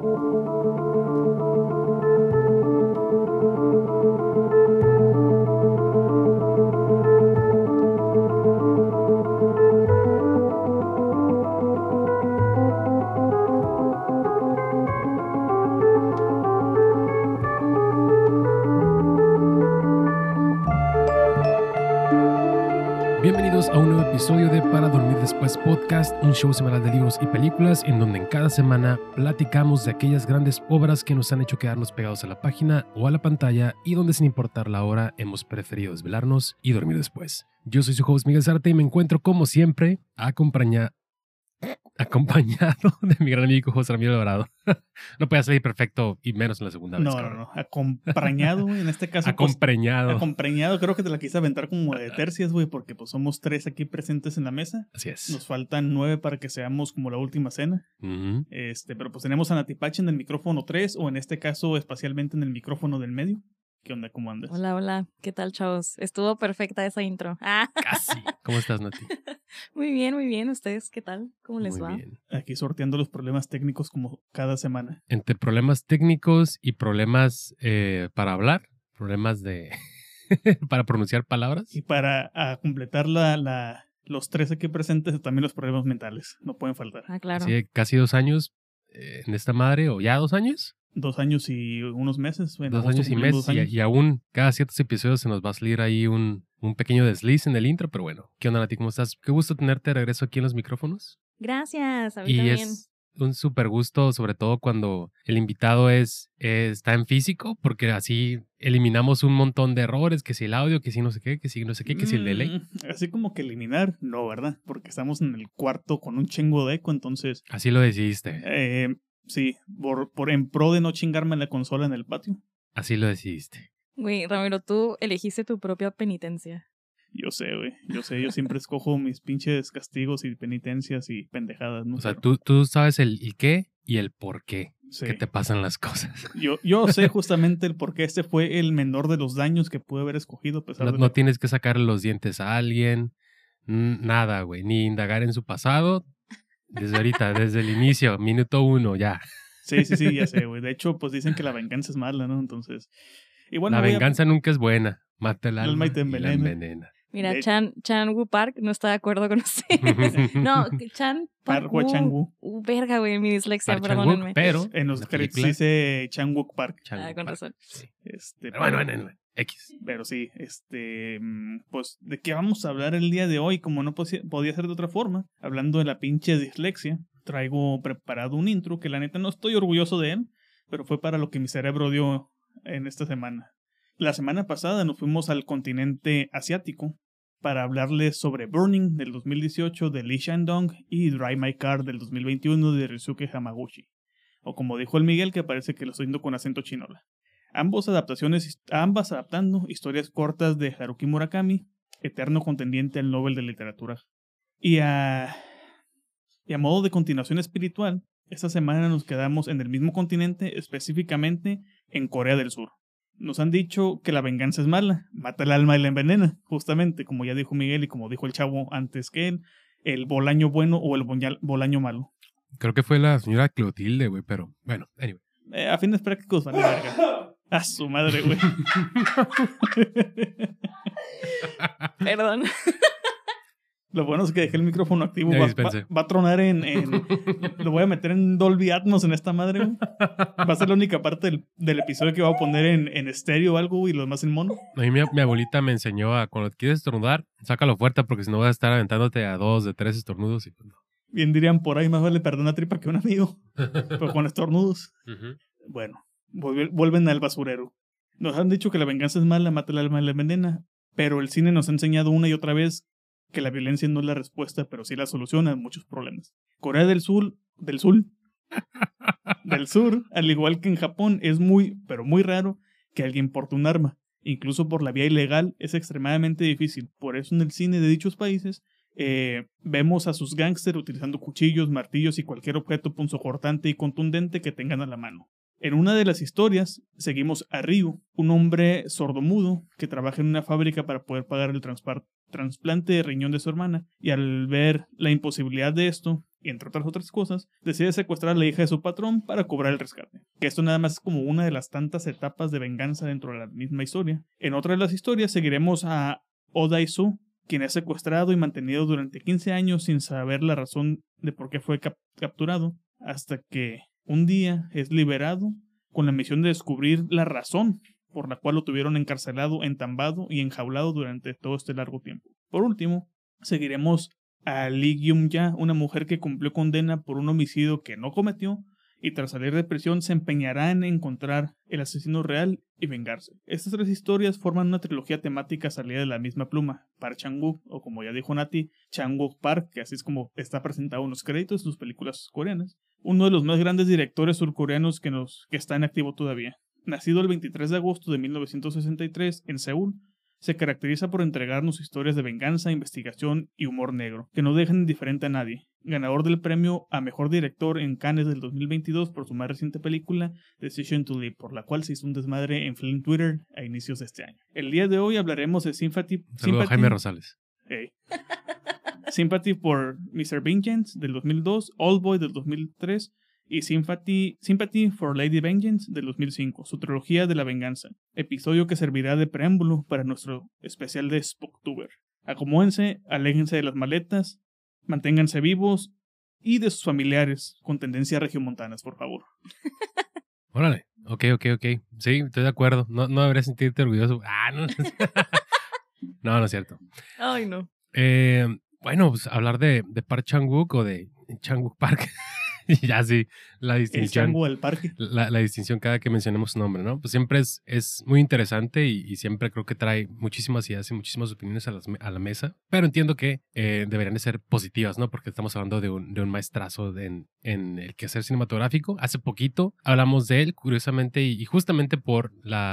Bienvenidos a un nuevo episodio de Para Dormir Después Podcast, un show semanal de libros y películas en donde en cada semana platicamos de aquellas grandes obras que nos han hecho quedarnos pegados a la página o a la pantalla y donde sin importar la hora hemos preferido desvelarnos y dormir después. Yo soy su host Miguel Zárate y me encuentro como siempre acompañado de mi gran amigo José Ramiro Alvarado. No podía salir perfecto y menos en la segunda vez. No. Acompañado, güey, en este caso. Acompañado. Acompañado, creo que te la quise aventar como de tercias, güey, porque pues somos 3 aquí presentes en la mesa. Así es. Nos faltan 9 para que seamos como la última cena. Uh-huh. Pero pues tenemos a Natipache en el micrófono 3, o en este caso espacialmente en el micrófono del medio. ¿Qué onda? ¿Cómo andas? Hola. ¿Qué tal, chavos? Estuvo perfecta esa intro. Casi. ¿Cómo estás, Nati? Muy bien. ¿Ustedes qué tal? ¿Cómo les va? Muy bien. Aquí sorteando los problemas técnicos como cada semana. Entre problemas técnicos y problemas para hablar, problemas de para pronunciar palabras. Y para completar los 3 aquí presentes, también los problemas mentales. No pueden faltar. Claro. Así, casi 2 años en esta madre, o ya 2 años. 2 años y unos meses. 2 años y meses. Y aún cada ciertos episodios se nos va a salir ahí un pequeño desliz en el intro, pero bueno. ¿Qué onda, Nati? ¿Cómo estás? Qué gusto tenerte de regreso aquí en los micrófonos. Gracias, a mí y también. Es un súper gusto, sobre todo cuando el invitado está en físico, porque así eliminamos un montón de errores, que si el audio, que si no sé qué, que si no sé qué, que si el delay. Así como que eliminar, no, ¿verdad? Porque estamos en el cuarto con un chingo de eco, entonces... Así lo decidiste. Sí, por en pro de no chingarme la consola en el patio. Así lo decidiste. Güey, Ramiro, tú elegiste tu propia penitencia. Yo sé, yo siempre escojo mis pinches castigos y penitencias y pendejadas, ¿no? O sea, tú sabes el qué y el por qué sí. que te pasan las cosas. Yo sé justamente el por qué este fue el menor de los daños que pude haber escogido. A pesar no tienes que sacarle los dientes a alguien, nada, güey, ni indagar en su pasado. Desde ahorita, desde el inicio, minuto 1, ya. Sí, ya sé, güey. De hecho, pues dicen que la venganza es mala, ¿no? Entonces... Y bueno, la venganza nunca es buena. Mata el alma y te envenena. Mira, Chan Woo Park no está de acuerdo con ustedes. No, Chan Park Woo. Chan Woo. Verga, güey, mi dislexia, perdónenme. Pero en los créditos dice Chan Woo Park. Con razón. Sí. Pero bueno, X. Pero sí, pues, ¿de qué vamos a hablar el día de hoy? Como no podía ser de otra forma, hablando de la pinche dislexia, traigo preparado un intro que la neta no estoy orgulloso de él, pero fue para lo que mi cerebro dio en esta semana. La semana pasada nos fuimos al continente asiático para hablarles sobre Burning del 2018 de Lee Shandong y Drive My Car del 2021 de Ryusuke Hamaguchi. O como dijo el Miguel, que parece que lo estoy diciendo con acento chinola. Ambas adaptando historias cortas de Haruki Murakami, eterno contendiente al Nobel de Literatura. Y a modo de continuación espiritual, esta semana nos quedamos en el mismo continente, específicamente en Corea del Sur. Nos han dicho que la venganza es mala, mata el alma y la envenena, justamente, como ya dijo Miguel y como dijo el chavo antes que él, el bolaño bueno o el bolaño malo. Creo que fue la señora Clotilde, güey, pero bueno, anyway. A fines prácticos, vale verga. A su madre, güey. Perdón. Lo bueno es que dejé el micrófono activo. Va a tronar lo voy a meter en Dolby Atmos en esta madre, güey. Va a ser la única parte del episodio que voy a poner en estéreo o algo, y lo demás en mono. A mí mi abuelita me enseñó a cuando quieres estornudar, sácalo fuerte porque si no vas a estar aventándote a 2 de 3 estornudos. Y pues no. Bien dirían por ahí, más vale perder una tripa que un amigo. Pero con estornudos. Uh-huh. Bueno, vuelven al basurero. Nos han dicho que la venganza es mala, mata el alma y la envenena. Pero el cine nos ha enseñado una y otra vez que la violencia no es la respuesta, pero sí la solución a muchos problemas. Corea del Sur, al igual que en Japón, es muy, pero muy raro que alguien porte un arma. Incluso por la vía ilegal es extremadamente difícil. Por eso en el cine de dichos países vemos a sus gángsters utilizando cuchillos, martillos y cualquier objeto punzocortante y contundente que tengan a la mano. En una de las historias seguimos a Ryu, un hombre sordomudo que trabaja en una fábrica para poder pagar el trasplante de riñón de su hermana, y al ver la imposibilidad de esto, y entre otras cosas, decide secuestrar a la hija de su patrón para cobrar el rescate. Que esto nada más es como una de las tantas etapas de venganza dentro de la misma historia. En otra de las historias seguiremos a Odaisu, quien es secuestrado y mantenido durante 15 años sin saber la razón de por qué fue capturado, hasta que un día es liberado con la misión de descubrir la razón por la cual lo tuvieron encarcelado, entambado y enjaulado durante todo este largo tiempo. Por último, seguiremos a Lee Gyung-ya, una mujer que cumplió condena por un homicidio que no cometió y tras salir de prisión se empeñará en encontrar el asesino real y vengarse. Estas 3 historias forman una trilogía temática salida de la misma pluma, Park Chan-wook, o como ya dijo Nati, Chan-wook Park, que así es como está presentado en los créditos de sus películas coreanas. Uno de los más grandes directores surcoreanos que está en activo todavía. Nacido el 23 de agosto de 1963 en Seúl, se caracteriza por entregarnos historias de venganza, investigación y humor negro, que no dejan indiferente a nadie. Ganador del premio a Mejor Director en Cannes del 2022 por su más reciente película, Decision to Live, por la cual se hizo un desmadre en Film Twitter a inicios de este año. El día de hoy hablaremos de Sympathy... Saludos a Jaime Rosales. Sympathy for Mr. Vengeance del 2002, Oldboy del 2003 y Sympathy for Lady Vengeance del 2005, su trilogía de la venganza, episodio que servirá de preámbulo para nuestro especial de Spooktober. Acomódense, aléjense de las maletas, manténganse vivos y de sus familiares con tendencias regiomontanas, por favor. Órale, ok. Sí, estoy de acuerdo. No deberías sentirte orgulloso. No. No es cierto. Ay, no. Bueno, pues hablar de Park Chan-wook o de Chan-wook Park. Y ya sí, la distinción. El parque. La distinción cada que mencionemos su nombre, ¿no? Pues siempre es muy interesante y siempre creo que trae muchísimas ideas y muchísimas opiniones a la mesa. Pero entiendo que deberían de ser positivas, ¿no? Porque estamos hablando de un maestrazo en el quehacer cinematográfico. Hace poquito hablamos de él, curiosamente, y justamente por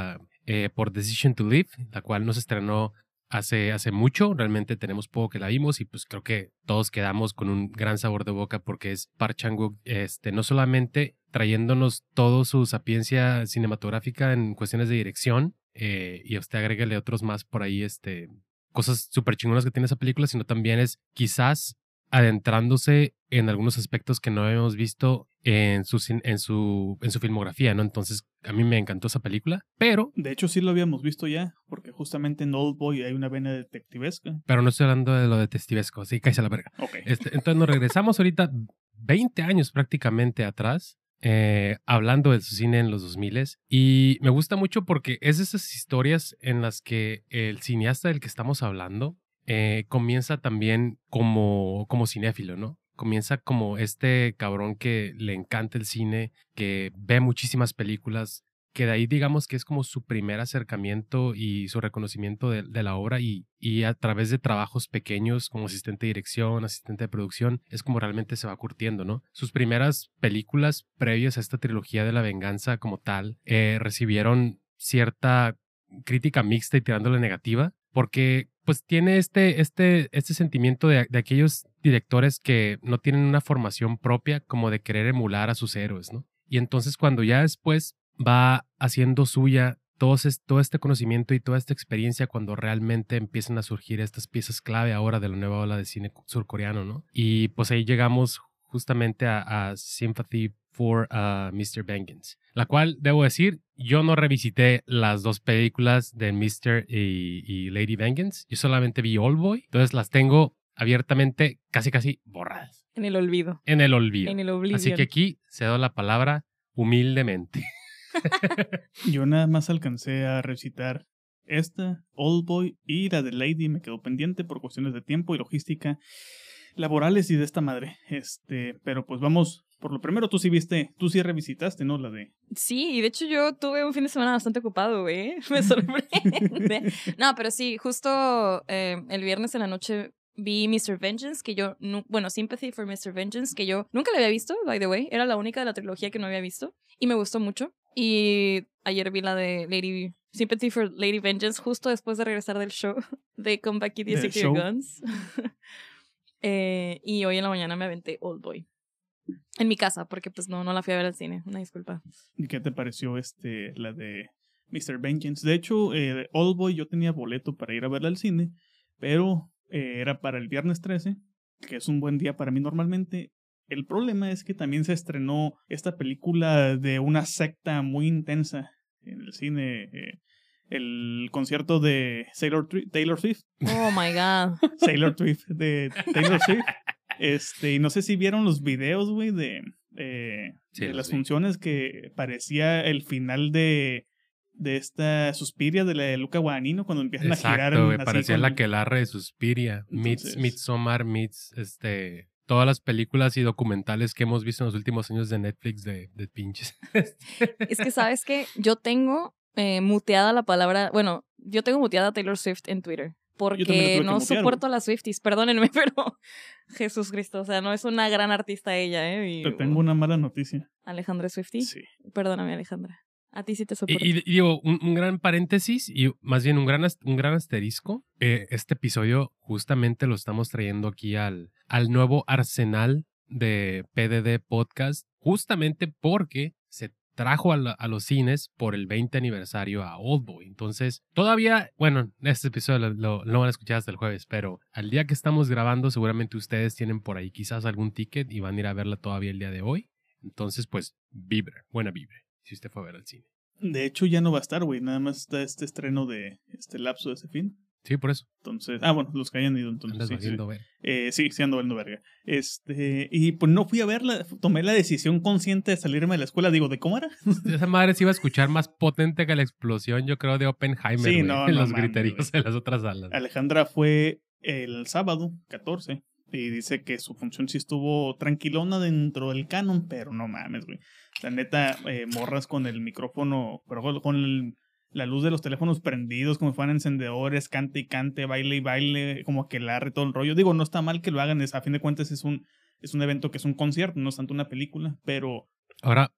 Decision to Live, la cual nos estrenó hace mucho. Realmente tenemos poco que la vimos y pues creo que todos quedamos con un gran sabor de boca porque es Park Chan-wook no solamente trayéndonos toda su sapiencia cinematográfica en cuestiones de dirección y a usted agrégale otros más por ahí cosas súper chingonas que tiene esa película, sino también es quizás adentrándose en algunos aspectos que no habíamos visto en su filmografía, ¿no? Entonces, a mí me encantó esa película, pero... De hecho, sí lo habíamos visto ya, porque justamente en Oldboy hay una vena detectivesca. Pero no estoy hablando de lo detectivesco, así cállate a la verga. Okay. Entonces nos regresamos ahorita 20 años prácticamente atrás, hablando de su cine en los 2000 y me gusta mucho porque es de esas historias en las que el cineasta del que estamos hablando comienza también como cinéfilo, ¿no? Comienza como este cabrón que le encanta el cine, que ve muchísimas películas, que de ahí digamos que es como su primer acercamiento y su reconocimiento de la obra y a través de trabajos pequeños como asistente de dirección, asistente de producción, es como realmente se va curtiendo, ¿no? Sus primeras películas previas a esta trilogía de la venganza como tal recibieron cierta crítica mixta y tirándole negativa, porque pues tiene este sentimiento de aquellos directores que no tienen una formación propia como de querer emular a sus héroes, ¿no? Y entonces cuando ya después va haciendo suya todo este conocimiento y toda esta experiencia, cuando realmente empiezan a surgir estas piezas clave ahora de la nueva ola de cine surcoreano, ¿no? Y pues ahí llegamos justamente a Sympathy for Mr. Vengeance, la cual, debo decir, yo no revisité las 2 películas de Mr. y Lady Vengeance, yo solamente vi Oldboy, entonces las tengo abiertamente casi borradas. En el olvido. En el olvido. En el oblivion. Así que aquí cedo la palabra humildemente. Yo nada más alcancé a recitar esta, Oldboy, y la de Lady me quedó pendiente por cuestiones de tiempo y logística laborales y de esta madre. Pero pues vamos, por lo primero tú sí revisitaste, ¿no? La de... Sí, y de hecho yo tuve un fin de semana bastante ocupado, ¿eh? Me sorprende. No, pero sí, justo el viernes en la noche vi Mr. Vengeance, que yo... Sympathy for Mr. Vengeance, que yo nunca la había visto, by the way. Era la única de la trilogía que no había visto. Y me gustó mucho. Y ayer vi la de Sympathy for Lady Vengeance, justo después de regresar del show de Come Back Kid y Stick Your Guns. Y hoy en la mañana me aventé Oldboy. En mi casa, porque pues no la fui a ver al cine. Una disculpa. ¿Y qué te pareció la de Mr. Vengeance? De hecho, Oldboy yo tenía boleto para ir a verla al cine, pero era para el viernes 13, que es un buen día para mí normalmente. El problema es que también se estrenó esta película de una secta muy intensa en el cine, el concierto de Taylor Swift. Oh my God. Taylor Swift de Taylor Swift. Y no sé si vieron los videos, güey, de las funciones que parecía el final de esta Suspiria de la de Luca Guadagnino cuando empiezan a girar. Exacto, güey, parecía la aquelarre de Suspiria. Midsommar, todas las películas y documentales que hemos visto en los últimos años de Netflix de pinches. Es que, ¿sabes qué? Yo tengo muteada la palabra... Bueno, yo tengo muteada a Taylor Swift en Twitter. Porque no soporto a las Swifties. Perdónenme, pero... Jesús Cristo, o sea, no es una gran artista ella, ¿eh? Te tengo una mala noticia. ¿Alejandra Swiftie? Sí. Perdóname, Alejandra. A ti sí te soporto. Y digo, un gran paréntesis y más bien un gran asterisco. Este episodio justamente lo estamos trayendo aquí al nuevo arsenal de PDD Podcast, justamente porque se trajo a los cines por el 20 aniversario a Oldboy. Entonces, todavía, bueno, este episodio lo van a escuchar hasta el jueves, pero al día que estamos grabando, seguramente ustedes tienen por ahí quizás algún ticket y van a ir a verla todavía el día de hoy. Entonces, pues, buena vibra, si usted fue a ver al cine. De hecho, ya no va a estar, güey. Nada más está este estreno de este lapso de ese fin. Sí, por eso. Entonces, bueno, los que hayan ido, entonces. Andas valiendo ver. ver. Sí, ando valiendo verga. Y pues no fui a verla, tomé la decisión consciente de salirme de la escuela. Digo, ¿de cómo era? Esa madre se iba a escuchar más potente que la explosión, yo creo, de Oppenheimer, sí, en los griteríos de las otras salas. Alejandra fue el sábado 14 y dice que su función sí estuvo tranquilona dentro del canon, pero no mames, güey. La neta, morras con el micrófono, pero con la luz de los teléfonos prendidos, como si fueran encendedores, cante y cante, baile y baile, como que larre todo el rollo. Digo, no está mal que lo hagan, a fin de cuentas es un evento que es un concierto, no es tanto una película, pero... Ahora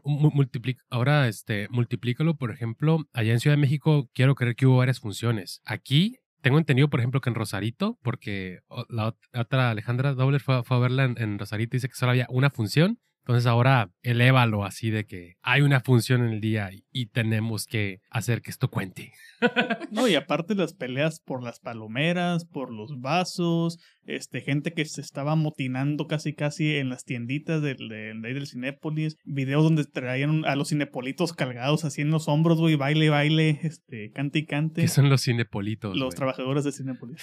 multiplícalo, por ejemplo, allá en Ciudad de México quiero creer que hubo varias funciones. Aquí tengo entendido, por ejemplo, que en Rosarito, porque la otra Alejandra Dobler fue a verla en Rosarito y dice que solo había una función. Entonces ahora elévalo así de que hay una función en el día y tenemos que hacer que esto cuente. No, y aparte las peleas por las palomeras, por los vasos, gente que se estaba amotinando casi en las tienditas de ahí del Cinépolis, videos donde traían a los cinepolitos cargados así en los hombros, güey, baile, cante y cante. ¿Qué son los cinepolitos? Los trabajadores de Cinépolis.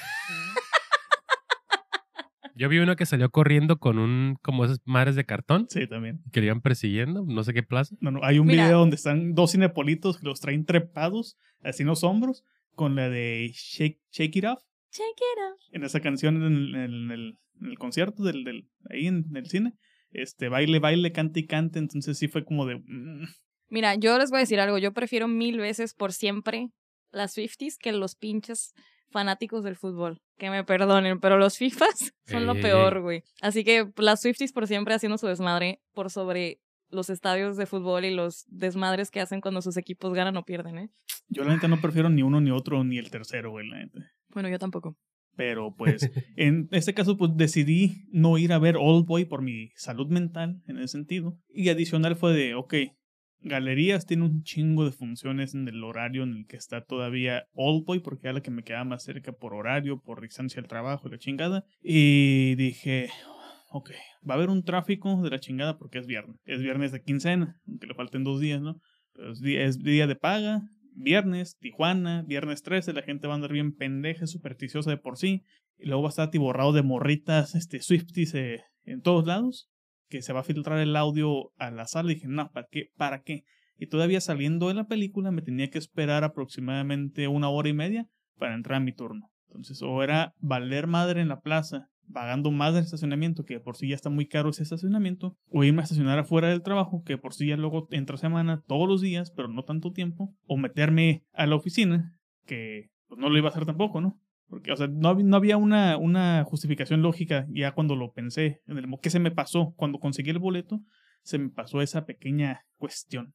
Yo vi uno que salió corriendo con como esas madres de cartón. Sí, también. Que le iban persiguiendo, no sé qué plaza. No, hay un video donde están dos cinepolitos que los traen trepados, así en los hombros, con la de Shake It Off. Shake It Off. En esa canción en el concierto ahí en el cine. Baile, cante y cante. Entonces sí fue como de... Mira, yo les voy a decir algo. Yo prefiero 1000 veces por siempre las Swifties que los pinches fanáticos del fútbol. Que me perdonen, pero los FIFAs son lo peor, güey. Así que las Swifties por siempre haciendo su desmadre por sobre los estadios de fútbol y los desmadres que hacen cuando sus equipos ganan o pierden, ¿eh? Yo la neta no prefiero ni uno, ni otro, ni el tercero, güey, la neta. Bueno, yo tampoco. Pero pues, en este caso, pues decidí no ir a ver Oldboy por mi salud mental, en ese sentido. Y adicional fue de, ok, Galerías tiene un chingo de funciones en el horario en el que está todavía Oldboy, porque era la que me quedaba más cerca por horario, por distancia al trabajo y la chingada. Y dije, ok, va a haber un tráfico de la chingada porque es viernes. Es viernes de quincena, aunque le falten 2 días, ¿no? Pero es día de paga, viernes, Tijuana, viernes 13, la gente va a andar bien pendeja, supersticiosa de por sí. Y luego va a estar atiborrado de morritas, Swifties en todos lados, que se va a filtrar el audio a la sala. Y dije, no, ¿para qué? Y todavía saliendo de la película me tenía que esperar aproximadamente 1 hora y media para entrar a mi turno. Entonces, o era valer madre en la plaza, pagando más del estacionamiento, que por sí ya está muy caro ese estacionamiento, o irme a estacionar afuera del trabajo, que por sí ya luego entre semana, todos los días, pero no tanto tiempo, o meterme a la oficina, que pues, no lo iba a hacer tampoco, ¿no? Porque, o sea, no había una justificación lógica ya cuando lo pensé. ¿Qué se me pasó? Cuando conseguí el boleto, se me pasó esa pequeña cuestión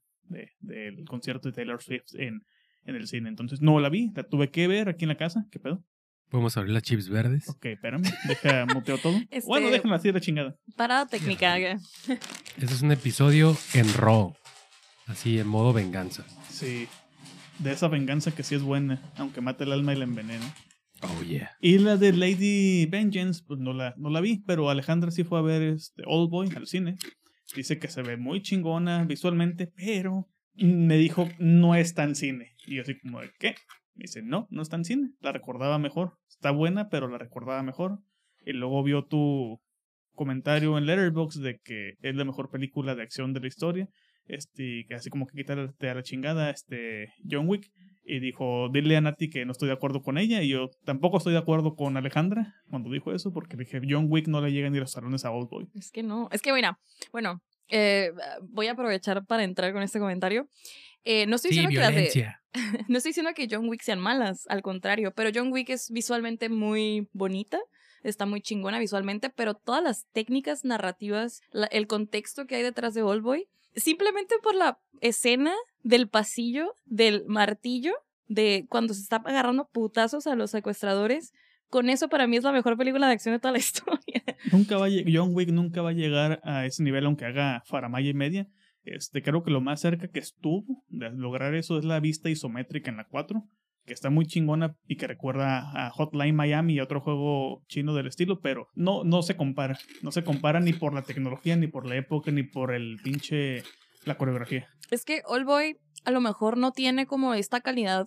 del concierto de Taylor Swift en el cine. Entonces no la vi, la tuve que ver aquí en la casa. ¿Qué pedo? ¿Podemos abrir las chips verdes? Ok, espérame, muteo todo. Bueno, déjenme así de chingada. Parada técnica. Este es un episodio en Raw. Así, en modo venganza. Sí, de esa venganza que sí es buena, aunque mate el alma y la envenena. Oh, yeah. Y la de Lady Vengeance, pues no la vi, pero Alejandra sí fue a ver Oldboy al cine. Dice que se ve muy chingona visualmente, pero me dijo, no es tan cine. Y yo así como, ¿de qué? Me dice, no es tan cine. La recordaba mejor. Está buena, pero la recordaba mejor. Y luego vio tu comentario en Letterboxd de que es la mejor película de acción de la historia. Que así como que quitarte a la chingada John Wick. Y dijo, dile a Nati que no estoy de acuerdo con ella. Y yo tampoco estoy de acuerdo con Alejandra cuando dijo eso, porque le dije, John Wick no le llega ni los talones a Oldboy. Es que no. Es que, mira, bueno, voy a aprovechar para entrar con este comentario. No estoy diciendo violencia. no estoy diciendo que John Wick sean malas, al contrario, pero John Wick es visualmente muy bonita, está muy chingona visualmente, pero todas las técnicas narrativas, el contexto que hay detrás de Oldboy, simplemente por la escena del pasillo, del martillo, de cuando se está agarrando putazos a los secuestradores, con eso para mí es la mejor película de acción de toda la historia. John Wick nunca va a llegar a ese nivel, aunque haga faramalla y media. Creo que lo más cerca que estuvo de lograr eso es la vista isométrica en la 4, que está muy chingona y que recuerda a Hotline Miami y a otro juego chino del estilo, pero no se compara. No se compara ni por la tecnología, ni por la época, ni por la coreografía. Es que Oldboy a lo mejor no tiene como esta calidad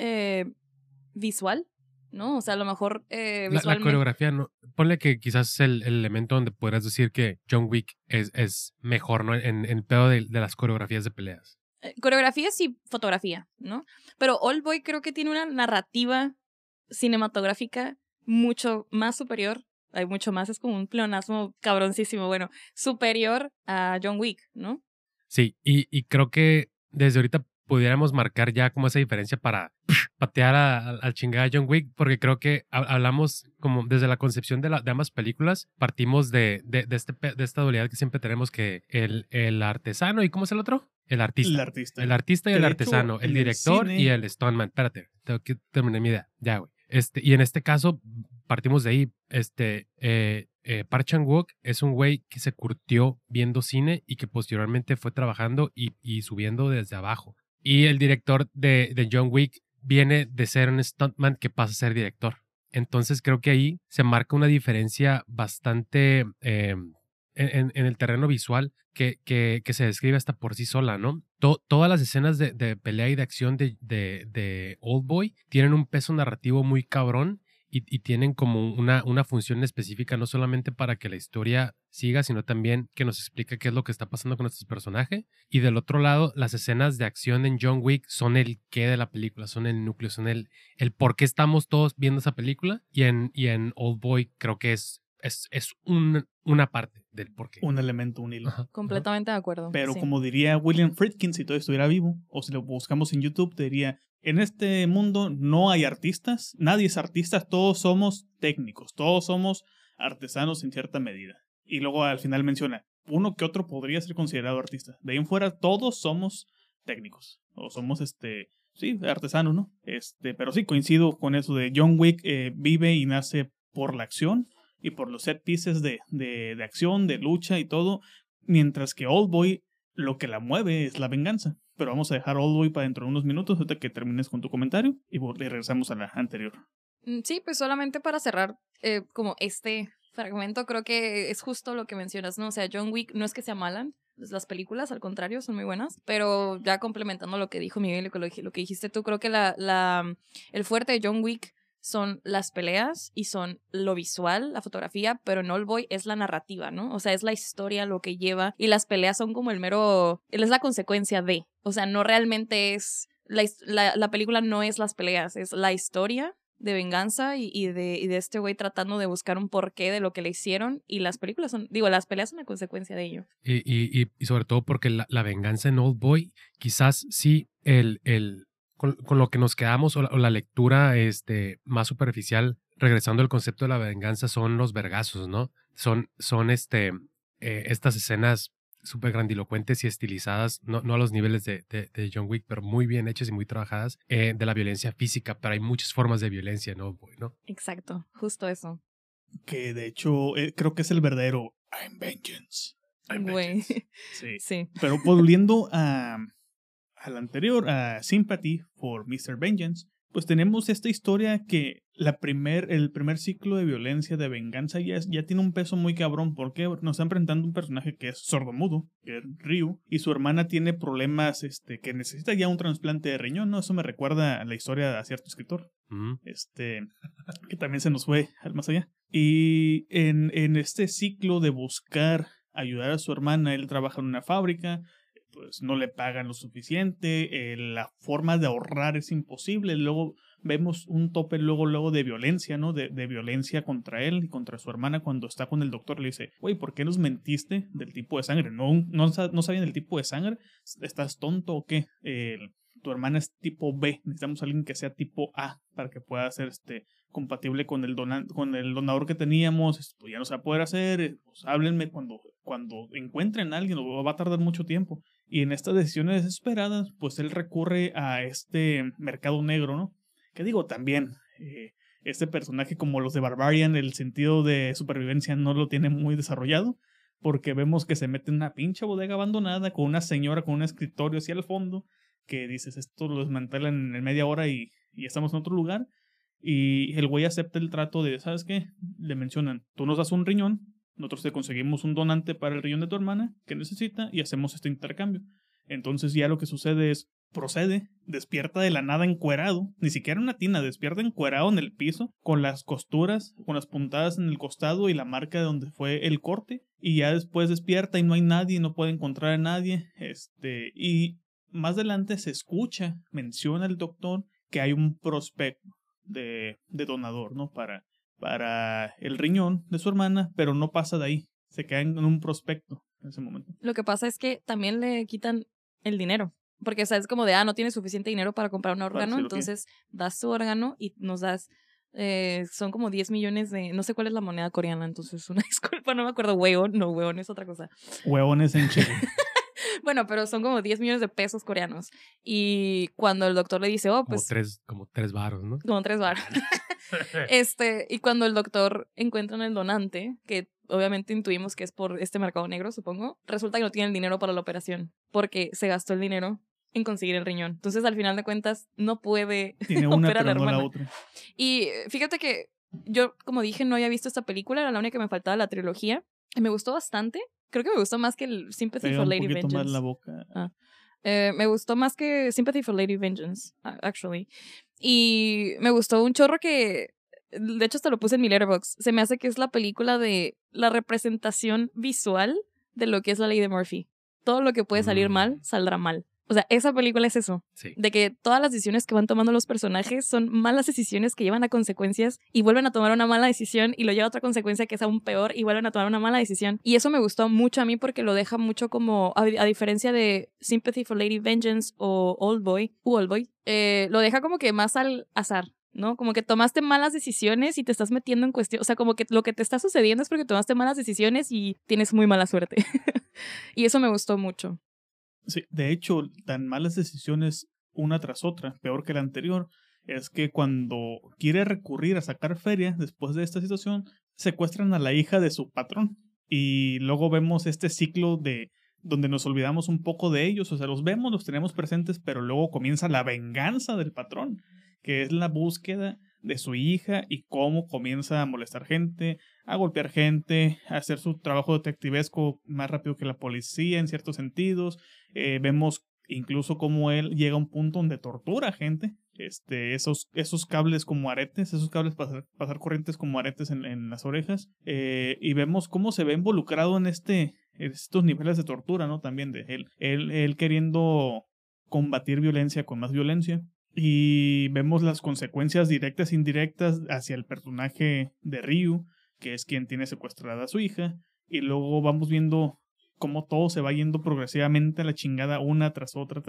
visual, ¿no? O sea, a lo mejor visualmente... La coreografía, no, ponle que quizás el elemento donde podrías decir que John Wick es mejor, ¿no? En el pedo de las coreografías de peleas. Coreografías y fotografía, ¿no? Pero Oldboy creo que tiene una narrativa cinematográfica mucho más superior. Hay mucho más, es como un pleonasmo cabroncísimo, bueno, superior a John Wick, ¿no? Sí, y creo que desde ahorita pudiéramos marcar ya como esa diferencia para patear al chingada John Wick, porque creo que hablamos como desde la concepción de ambas películas, partimos de esta dualidad que siempre tenemos, que el artesano, ¿y cómo es el otro? El artista. El artista y el artesano, el director y el stuntman. Espérate, tengo que terminar mi idea. Ya, güey. Y en este caso, partimos de ahí. Park Chan-wook es un güey que se curtió viendo cine y que posteriormente fue trabajando y subiendo desde abajo. Y el director de John Wick viene de ser un stuntman que pasa a ser director. Entonces creo que ahí se marca una diferencia bastante en el terreno visual que se describe hasta por sí sola, ¿no? Todas las escenas de pelea y de acción de Oldboy tienen un peso narrativo muy cabrón y tienen como una función específica, no solamente para que la historia siga, sino también que nos explica qué es lo que está pasando con nuestros personajes. Y del otro lado, las escenas de acción en John Wick son el qué de la película, son el núcleo, son el por qué estamos todos viendo esa película. Y en Oldboy creo que es una parte del por qué. Un elemento, un hilo. Completamente de acuerdo. Pero sí. como diría William Friedkin, si todavía estuviera vivo, o si lo buscamos en YouTube, te diría, en este mundo no hay artistas, nadie es artista, todos somos técnicos, todos somos artesanos en cierta medida. Y luego al final menciona, uno que otro podría ser considerado artista. De ahí en fuera todos somos técnicos, o somos sí, artesanos, ¿no? Pero sí, coincido con eso de John Wick vive y nace por la acción y por los set pieces de acción, de lucha y todo, mientras que Oldboy lo que la mueve es la venganza. Pero vamos a dejar Oldboy para dentro de unos minutos, ahorita que termines con tu comentario, y regresamos a la anterior. Sí, pues solamente para cerrar como este fragmento, creo que es justo lo que mencionas, ¿no? O sea, John Wick no es que sea mala, las películas, al contrario, son muy buenas, pero ya complementando lo que dijo Miguel y lo que dijiste tú, creo que el fuerte de John Wick son las peleas y son lo visual, la fotografía, pero en Oldboy es la narrativa, ¿no? O sea, es la historia lo que lleva y las peleas son como es la consecuencia de, o sea, no realmente es, la película no es las peleas, es la historia de venganza y de este güey tratando de buscar un porqué de lo que le hicieron y las peleas son la consecuencia de ello. Y sobre todo porque la venganza en Oldboy, quizás sí con lo que nos quedamos o la lectura más superficial, regresando al concepto de la venganza, son los vergazos, ¿no? Son estas escenas súper grandilocuentes y estilizadas, no a los niveles de John Wick, pero muy bien hechas y muy trabajadas, de la violencia física, pero hay muchas formas de violencia, ¿no? Exacto, justo eso. Que de hecho creo que es el verdadero I'm vengeance. Sí. Pero volviendo al anterior, a Sympathy for Mr. Vengeance, pues tenemos esta historia que el primer ciclo de violencia, de venganza, ya tiene un peso muy cabrón, porque nos está enfrentando un personaje que es sordomudo, que es Ryu, y su hermana tiene problemas, que necesita ya un trasplante de riñón, ¿no? Eso me recuerda a la historia de cierto escritor, que también se nos fue al más allá. Y en este ciclo de buscar ayudar a su hermana, él trabaja en una fábrica, pues no le pagan lo suficiente, la forma de ahorrar es imposible, luego vemos un tope luego de violencia, ¿no? De violencia contra él y contra su hermana cuando está con el doctor, le dice, güey, ¿por qué nos mentiste del tipo de sangre? ¿No sabían del tipo de sangre? ¿Estás tonto o qué? Tu hermana es tipo B, necesitamos a alguien que sea tipo A para que pueda ser compatible con el donador que teníamos, pues ya no se va a poder hacer, pues háblenme cuando encuentren a alguien, o va a tardar mucho tiempo. Y en estas decisiones desesperadas, pues él recurre a este mercado negro, ¿no? Que digo, también, este personaje como los de Barbarian, el sentido de supervivencia no lo tiene muy desarrollado, porque vemos que se mete en una pinche bodega abandonada con una señora con un escritorio hacia el fondo, que dices, esto lo desmantelan en media hora y estamos en otro lugar. Y el güey acepta el trato de, ¿sabes qué? Le mencionan, tú nos das un riñón, nosotros te conseguimos un donante para el riñón de tu hermana que necesita y hacemos este intercambio. Entonces ya lo que sucede es, procede, despierta de la nada encuerado, ni siquiera una tina, despierta encuerado en el piso, con las costuras, con las puntadas en el costado y la marca de donde fue el corte, y ya después despierta y no hay nadie, no puede encontrar a nadie, y más adelante se escucha, menciona el doctor que hay un prospecto de donador, ¿no? Para el riñón de su hermana, pero no pasa de ahí. Se queda en un prospecto en ese momento. Lo que pasa es que también le quitan el dinero. Porque, o sea, es como de, no tienes suficiente dinero para comprar un órgano, Si entonces das tu órgano y nos das, son como 10 millones de, no sé cuál es la moneda coreana, entonces una disculpa, no me acuerdo, hueón es otra cosa. Hueones en Chile. Bueno, pero son como 10 millones de pesos coreanos. Y cuando el doctor le dice, pues... Como tres varos, ¿no? Como 3 varos. Y cuando el doctor encuentra en el donante, que obviamente intuimos que es por este mercado negro, supongo, resulta que no tiene el dinero para la operación, porque se gastó el dinero en conseguir el riñón. Entonces, al final de cuentas, no puede tiene una, operar pero a la no hermana. la otra. Y fíjate que yo, como dije, no había visto esta película, era la única que me faltaba de la trilogía, y me gustó bastante. Creo que me gustó más que el Sympathy for Lady Vengeance. Más la boca. Me gustó más que Sympathy for Lady Vengeance, actually. Y me gustó un chorro que, de hecho hasta lo puse en mi Letterboxd, se me hace que es la película de la representación visual de lo que es la ley de Murphy. Todo lo que puede salir mal, saldrá mal. O sea, esa película es eso. Sí. De que todas las decisiones que van tomando los personajes son malas decisiones que llevan a consecuencias y vuelven a tomar una mala decisión y lo lleva a otra consecuencia que es aún peor y vuelven a tomar una mala decisión. Y eso me gustó mucho a mí porque lo deja mucho como, a diferencia de Sympathy for Lady Vengeance o Oldboy, lo deja como que más al azar, ¿no? Como que tomaste malas decisiones y te estás metiendo en cuestión, o sea, como que lo que te está sucediendo es porque tomaste malas decisiones y tienes muy mala suerte. Y eso me gustó mucho. Sí, de hecho, tan malas decisiones una tras otra, peor que la anterior, es que cuando quiere recurrir a sacar feria después de esta situación, secuestran a la hija de su patrón. Y luego vemos este ciclo de donde nos olvidamos un poco de ellos, o sea, los vemos, los tenemos presentes, pero luego comienza la venganza del patrón, que es la búsqueda de su hija y cómo comienza a molestar gente, a golpear gente, a hacer su trabajo detectivesco más rápido que la policía en ciertos sentidos. Vemos incluso cómo él llega a un punto donde tortura a gente, esos cables como aretes, esos cables pasar corrientes como aretes en las orejas, y vemos cómo se ve involucrado en estos niveles de tortura, ¿no? También de él queriendo combatir violencia con más violencia. Y vemos las consecuencias directas e indirectas hacia el personaje de Ryu, que es quien tiene secuestrada a su hija. Y luego vamos viendo cómo todo se va yendo progresivamente a la chingada una tras otra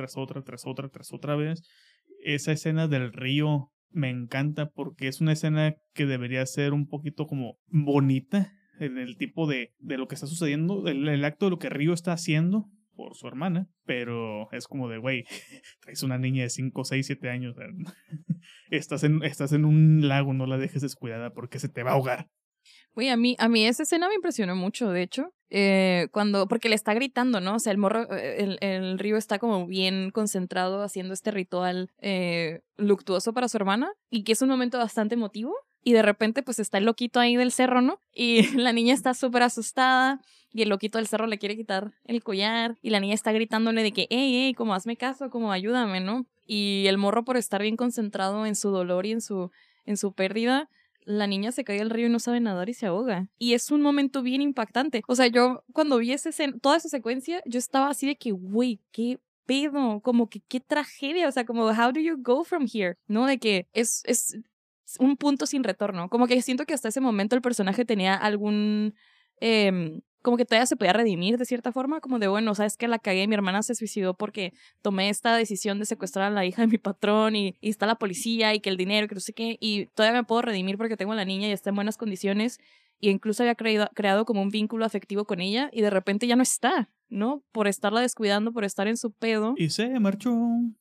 vez. Esa escena del río me encanta porque es una escena que debería ser un poquito como bonita en el tipo de lo que está sucediendo, el acto de lo que Ryu está haciendo por su hermana, pero es como de, güey, traes una niña de 5, 6, 7 años, estás en un lago, no la dejes descuidada porque se te va a ahogar. Güey, a mí esa escena me impresionó mucho, de hecho. Porque le está gritando, ¿no? O sea, el morro, el Ryu está como bien concentrado haciendo este ritual luctuoso para su hermana y que es un momento bastante emotivo. Y de repente, pues está el loquito ahí del cerro, ¿no? Y la niña está súper asustada y el loquito del cerro le quiere quitar el collar y la niña está gritándole de que, hey, como hazme caso, como ayúdame, ¿no? Y el morro, por estar bien concentrado en su dolor y en su pérdida, la niña se cae al río y no sabe nadar y se ahoga. Y es un momento bien impactante. O sea, yo cuando vi toda esa secuencia, yo estaba así de que, güey, qué pedo, como que qué tragedia, o sea, como, how do you go from here? ¿No? De que es un punto sin retorno. Como que siento que hasta ese momento el personaje tenía algún... como que todavía se podía redimir de cierta forma, como de, bueno, sabes que la cagué, mi hermana se suicidó porque tomé esta decisión de secuestrar a la hija de mi patrón y está la policía y que el dinero, que no sé qué, y todavía me puedo redimir porque tengo a la niña y está en buenas condiciones y incluso había creado como un vínculo afectivo con ella y de repente ya no está, ¿no? Por estarla descuidando, por estar en su pedo. Y se marchó.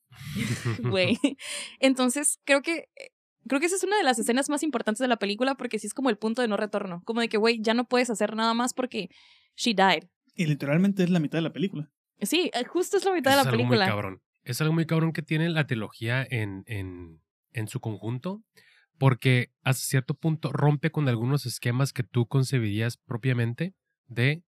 Güey. Entonces, creo que esa es una de las escenas más importantes de la película porque sí es como el punto de no retorno. Como de que, güey, ya no puedes hacer nada más porque she died. Y literalmente es la mitad de la película. Sí, justo es la mitad de la película. Es algo muy cabrón. Es algo muy cabrón que tiene la trilogía en su conjunto, porque hasta cierto punto rompe con algunos esquemas que tú concebirías propiamente de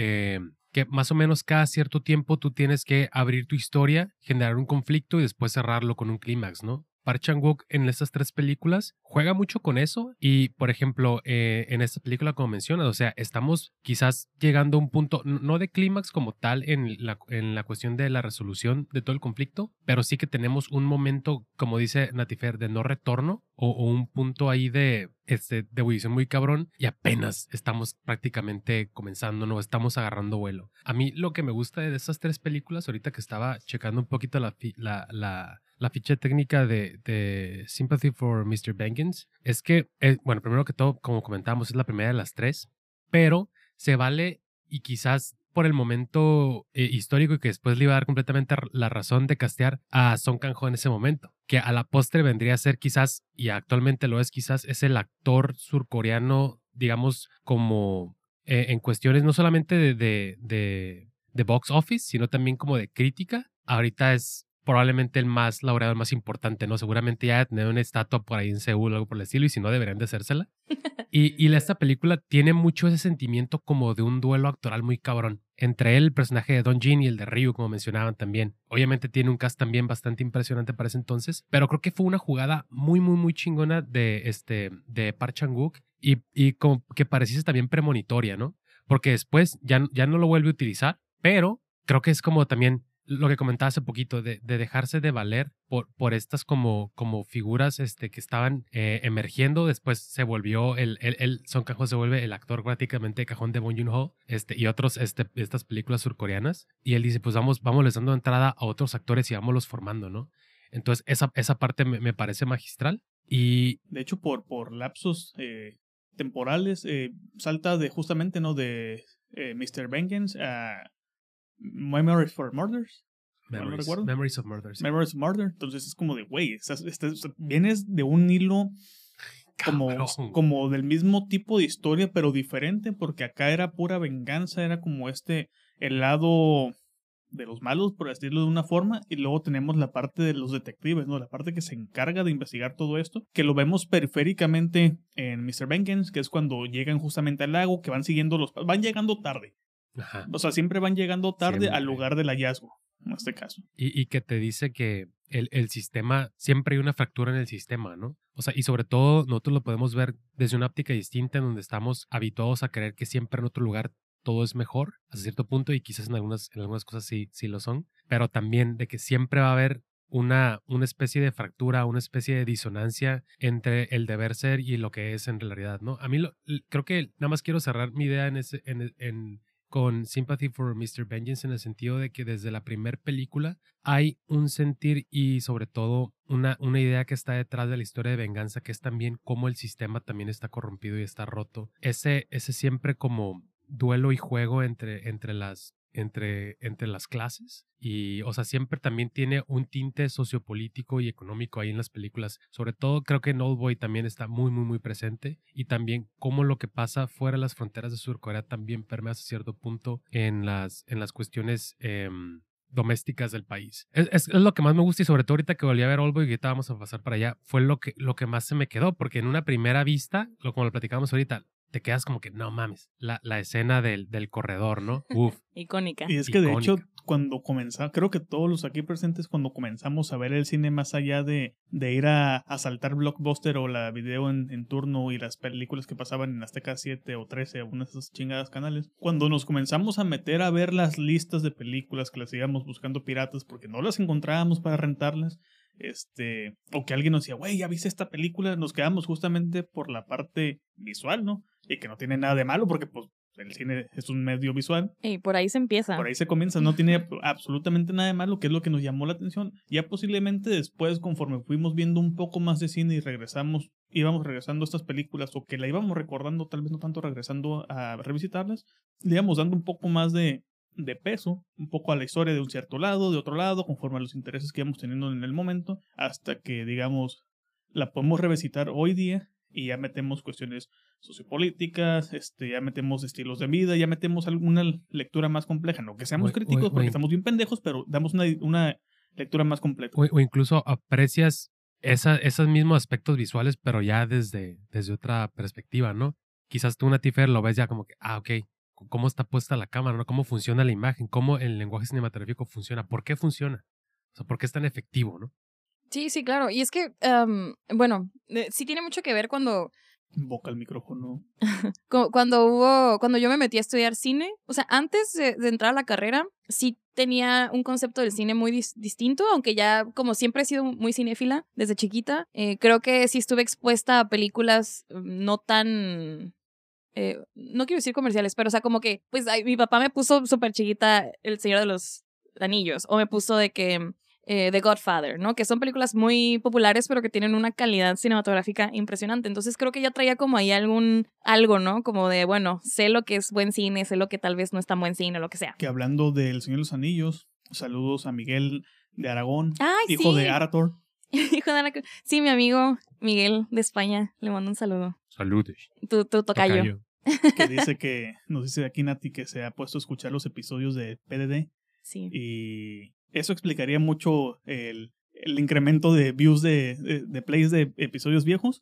que más o menos cada cierto tiempo tú tienes que abrir tu historia, generar un conflicto y después cerrarlo con un clímax, ¿no? Park Chan-wook en estas 3 películas juega mucho con eso y, por ejemplo, en esta película, como mencionas, o sea, estamos quizás llegando a un punto, no de clímax como tal en la cuestión de la resolución de todo el conflicto, pero sí que tenemos un momento, como dice Natifer, de no retorno o un punto ahí de ebullición muy cabrón y apenas estamos prácticamente comenzando, no estamos agarrando vuelo. A mí lo que me gusta de estas 3 películas, ahorita que estaba checando un poquito la ficha técnica de Sympathy for Mr. Vengeance, es que, bueno, primero que todo, como comentábamos, es la primera de las 3, pero se vale y quizás por el momento histórico y que después le iba a dar completamente la razón de castear a Song Kang-ho en ese momento, que a la postre vendría a ser quizás, y actualmente lo es quizás, es el actor surcoreano, digamos, como en cuestiones no solamente de box office, sino también como de crítica. Ahorita es probablemente el más laureado, el más importante, ¿no? Seguramente ya tener una estatua por ahí en Seúl o algo por el estilo, y si no, deberían de hacérsela. Y esta película tiene mucho ese sentimiento como de un duelo actoral muy cabrón. Entre él, el personaje de Don Jin y el de Ryu, como mencionaban también. Obviamente tiene un cast también bastante impresionante para ese entonces, pero creo que fue una jugada muy, muy, muy chingona de Park Chan-wook y como que pareciese también premonitoria, ¿no? Porque después ya no lo vuelve a utilizar, pero creo que es como también lo que comentaba hace poquito, de dejarse de valer por estas como figuras que estaban emergiendo. Después se volvió, Song Kang-ho se vuelve el actor prácticamente de cajón de Bong Joon-ho y otros, estas películas surcoreanas. Y él dice, pues vamos les dando entrada a otros actores y vámonos formando, ¿no? Entonces esa parte me parece magistral. Y de hecho, por lapsos temporales, salta de justamente, ¿no? De Mr. Vengeance a Memories for Murders. Memories of Murder. Sí. Memories of Murder. Entonces es como de, güey, vienes de un hilo como del mismo tipo de historia, pero diferente, porque acá era pura venganza, era como el lado de los malos, por decirlo de una forma, y luego tenemos la parte de los detectives, ¿no? La parte que se encarga de investigar todo esto, que lo vemos periféricamente en Mr. Vengeance, que es cuando llegan justamente al lago, que van llegando tarde. Ajá. O sea, siempre van llegando tarde Siempre. al lugar del hallazgo, en este caso. Y que te dice que el sistema, siempre hay una fractura en el sistema, ¿no? O sea, y sobre todo nosotros lo podemos ver desde una óptica distinta en donde estamos habituados a creer que siempre en otro lugar todo es mejor, hasta cierto punto, y quizás en algunas cosas sí lo son, pero también de que siempre va a haber una especie de fractura, una especie de disonancia entre el deber ser y lo que es en realidad, ¿no? A mí creo que nada más quiero cerrar mi idea con Sympathy for Mr. Vengeance en el sentido de que desde la primera película hay un sentir y sobre todo una idea que está detrás de la historia de venganza, que es también cómo el sistema también está corrompido y está roto. Ese siempre como duelo y juego entre las entre las clases y, o sea, siempre también tiene un tinte sociopolítico y económico ahí en las películas. Sobre todo creo que en Oldboy también está muy, muy, muy presente y también cómo lo que pasa fuera de las fronteras de Surcorea también permea hasta cierto punto en las cuestiones domésticas del país. Es lo que más me gusta y sobre todo ahorita que volví a ver Oldboy y ahorita vamos a pasar para allá, fue lo que más se me quedó, porque en una primera vista, como lo platicamos ahorita, te quedas como que, no mames, la escena del corredor, ¿no? Uf. Icónica. Y es que de hecho, cuando comenzaba, creo que todos los aquí presentes, cuando comenzamos a ver el cine más allá de ir a saltar Blockbuster o la video en turno y las películas que pasaban en Azteca 7 o 13, algunas de esas chingadas canales, cuando nos comenzamos a meter a ver las listas de películas que las íbamos buscando piratas porque no las encontrábamos para rentarlas, o que alguien nos decía, güey, ¿ya viste esta película? Nos quedamos justamente por la parte visual, ¿no? Y que no tiene nada de malo porque, pues, el cine es un medio visual. Y por ahí se empieza. Por ahí se comienza, no tiene absolutamente nada de malo, que es lo que nos llamó la atención. Ya posiblemente después, conforme fuimos viendo un poco más de cine y íbamos regresando a estas películas, o que la íbamos recordando, tal vez no tanto regresando a revisitarlas, le íbamos dando un poco más de peso, un poco a la historia de un cierto lado, de otro lado, conforme a los intereses que íbamos teniendo en el momento, hasta que, digamos, la podemos revisitar hoy día y ya metemos cuestiones sociopolíticas, ya metemos estilos de vida, ya metemos alguna lectura más compleja. No que seamos críticos porque estamos bien pendejos, pero damos una lectura más completa. O incluso aprecias esos mismos aspectos visuales, pero ya desde otra perspectiva, ¿no? Quizás tú, Natifer, lo ves ya como que, ok, cómo está puesta la cámara, ¿no? Cómo funciona la imagen, cómo el lenguaje cinematográfico funciona, por qué funciona, o sea, por qué es tan efectivo, ¿no? Sí, sí, claro. Y es que, bueno, sí tiene mucho que ver cuando... Boca el micrófono. Cuando yo me metí a estudiar cine, o sea, antes de entrar a la carrera, sí tenía un concepto del cine muy distinto, aunque ya, como siempre he sido muy cinéfila desde chiquita, creo que sí estuve expuesta a películas no tan... no quiero decir comerciales, pero o sea, como que, pues mi papá me puso súper chiquita El Señor de los Anillos, o me puso de que... The Godfather, ¿no? Que son películas muy populares, pero que tienen una calidad cinematográfica impresionante. Entonces creo que ya traía como ahí algo, ¿no? Como de, bueno, sé lo que es buen cine, sé lo que tal vez no es tan buen cine, lo que sea. Que hablando del Señor de los Anillos, saludos a Miguel de Aragón, hijo sí. de Arator. Hijo de Arator. Sí, mi amigo Miguel de España, le mando un saludo. Saludos. Tu tocayo. Que dice que, nos dice aquí Nati, que se ha puesto a escuchar los episodios de PDD. Sí. Y eso explicaría mucho el incremento de views de plays de episodios viejos.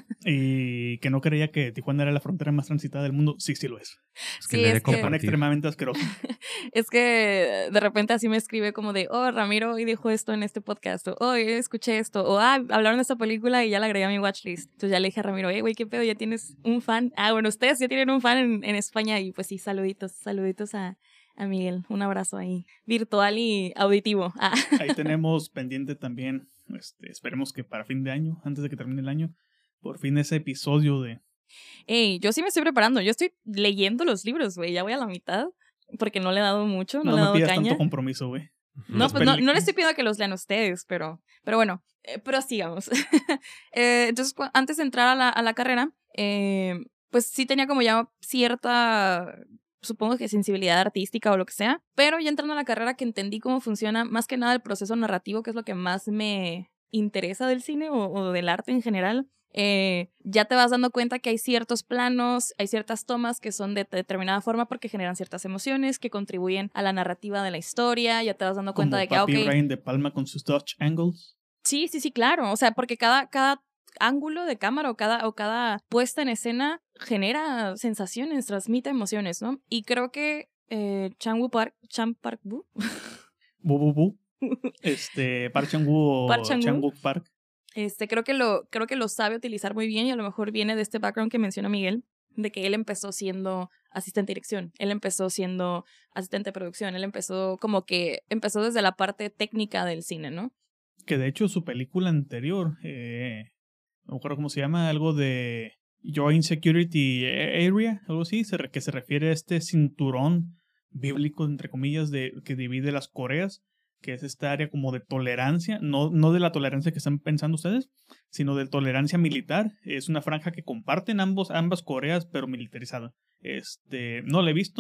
Y que no creía que Tijuana era la frontera más transitada del mundo. Sí, sí lo es. Sí, es que son extremadamente asquerosos. Es que de repente así me escribe como de, Ramiro hoy dijo esto en este podcast, o hoy escuché esto, o hablaron de esta película y ya la agregué a mi watchlist. Entonces ya le dije a Ramiro, güey, ¿qué pedo? ¿Ya tienes un fan? Bueno, ustedes ya tienen un fan en España. Y pues sí, saluditos a Miguel. Un abrazo ahí, virtual y auditivo. Ahí tenemos pendiente también, esperemos que para fin de año, antes de que termine el año, por fin ese episodio de... Yo sí me estoy preparando. Yo estoy leyendo los libros, güey. Ya voy a la mitad porque no le he dado mucho, no le he dado pidas caña. tanto compromiso, güey. No, pues no le estoy pidiendo que los lean ustedes, pero bueno, prosigamos. Entonces, antes de entrar a la carrera, pues sí tenía como ya cierta, supongo que sensibilidad artística o lo que sea, pero ya entrando a la carrera que entendí cómo funciona más que nada el proceso narrativo, que es lo que más me interesa del cine o del arte en general. Ya te vas dando cuenta que hay ciertos planos, hay ciertas tomas que son de determinada forma porque generan ciertas emociones que contribuyen a la narrativa de la historia. Ya te vas dando cuenta de que, Papi Rain de Palma con sus Dutch angles. Sí, claro. O sea, porque cada ángulo de cámara o cada puesta en escena genera sensaciones, transmite emociones, ¿no? Y creo que Chan Park-woo Park Chan-wook o Park Chan-wook. Chan-wook Park. Creo que lo sabe utilizar muy bien y a lo mejor viene de este background que menciona Miguel, de que él empezó siendo asistente de dirección, él empezó siendo asistente de producción, él empezó desde la parte técnica del cine, ¿no? Que de hecho su película anterior, no me acuerdo cómo se llama, algo de Joint Security Area, algo así, que se refiere a este cinturón bíblico, entre comillas, que divide las Coreas, que es esta área como de tolerancia, no de la tolerancia que están pensando ustedes, sino de tolerancia militar. Es una franja que comparten ambas Coreas, pero militarizada. No la he visto,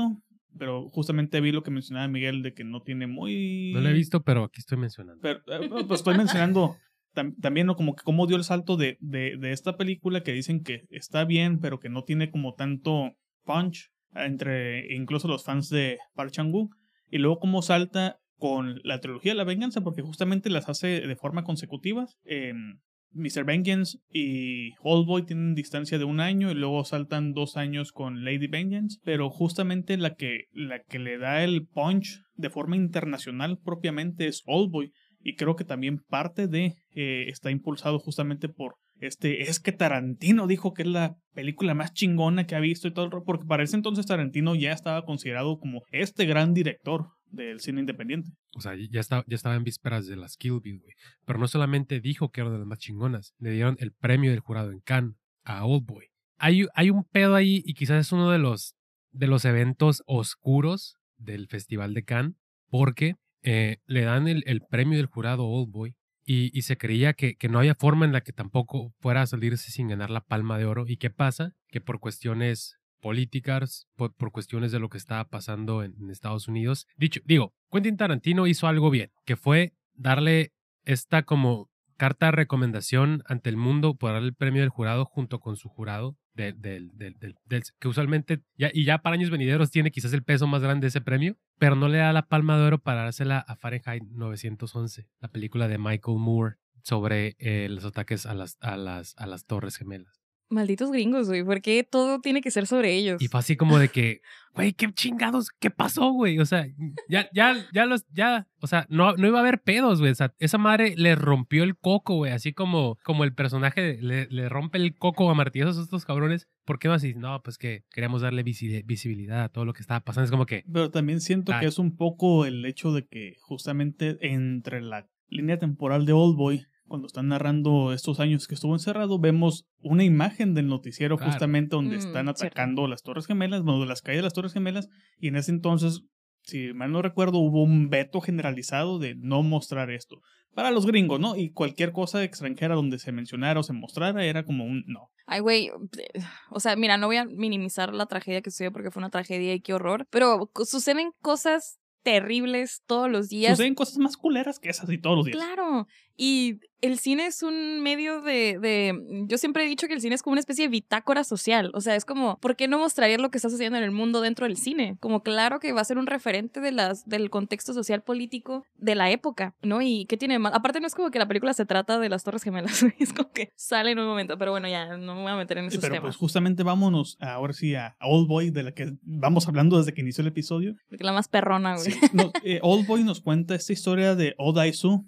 pero justamente vi lo que mencionaba Miguel de que no tiene muy... No lo he visto, pero aquí estoy mencionando. Pero, pues estoy mencionando también, ¿no? Como que cómo dio el salto de esta película que dicen que está bien, pero que no tiene como tanto punch entre incluso los fans de Park Chan-wook, y luego cómo salta con la trilogía de la venganza, porque justamente las hace de forma consecutiva. Mr. Vengeance y Oldboy tienen distancia de 1 año y luego saltan 2 años con Lady Vengeance, pero justamente la que le da el punch de forma internacional propiamente es Oldboy, y creo que también parte de está impulsado justamente por es que Tarantino dijo que es la película más chingona que ha visto y todo, porque para ese entonces Tarantino ya estaba considerado como este gran director del cine independiente. O sea, ya estaba en vísperas de las Kill Bill, güey. Pero no solamente dijo que era de las más chingonas, le dieron el premio del jurado en Cannes a Oldboy. Hay un pedo ahí, y quizás es uno de los eventos oscuros del Festival de Cannes, porque le dan el premio del jurado a Oldboy, y se creía que no había forma en la que tampoco fuera a salirse sin ganar la Palma de Oro. ¿Y qué pasa? Que por cuestiones políticas, por cuestiones de lo que estaba pasando en Estados Unidos. Quentin Tarantino hizo algo bien, que fue darle esta como carta de recomendación ante el mundo por darle el premio del jurado junto con su jurado, que usualmente, ya para años venideros tiene quizás el peso más grande de ese premio, pero no le da la Palma de Oro para dársela a Fahrenheit 911, la película de Michael Moore sobre los ataques a las Torres Gemelas. Malditos gringos, güey, ¿por qué todo tiene que ser sobre ellos? Y fue así como de que, güey, qué chingados, ¿qué pasó, güey? O sea, o sea, no iba a haber pedos, güey. O sea, esa madre le rompió el coco, güey, así como el personaje le rompe el coco a martillazos a estos cabrones. ¿Por qué no así? No, pues que queríamos darle visibilidad a todo lo que estaba pasando. Es como que... Pero también siento que es un poco el hecho de que justamente entre la línea temporal de Oldboy, cuando están narrando estos años que estuvo encerrado, vemos una imagen del noticiero justamente donde están atacando las Torres Gemelas, bueno, de las calles de las Torres Gemelas, y en ese entonces, si mal no recuerdo, hubo un veto generalizado de no mostrar esto. Para los gringos, ¿no? Y cualquier cosa extranjera donde se mencionara o se mostrara era como un no. Ay, güey, o sea, mira, no voy a minimizar la tragedia que sucedió porque fue una tragedia y qué horror, pero suceden cosas terribles todos los días. Suceden cosas más culeras que esas y todos los días. Claro, y el cine es un medio yo siempre he dicho que el cine es como una especie de bitácora social. O sea, es como, ¿por qué no mostraría lo que está sucediendo en el mundo dentro del cine? Como claro que va a ser un referente del contexto social político de la época, ¿no? Y ¿qué tiene mal? Aparte no es como que la película se trata de las Torres Gemelas, es como que sale en un momento, pero bueno, ya no me voy a meter en esos temas. Pero pues justamente vámonos ahora sí a Oldboy, de la que vamos hablando desde que inició el episodio. Porque la más perrona, güey. Sí. Oldboy nos cuenta esta historia de Oh Dae-soo,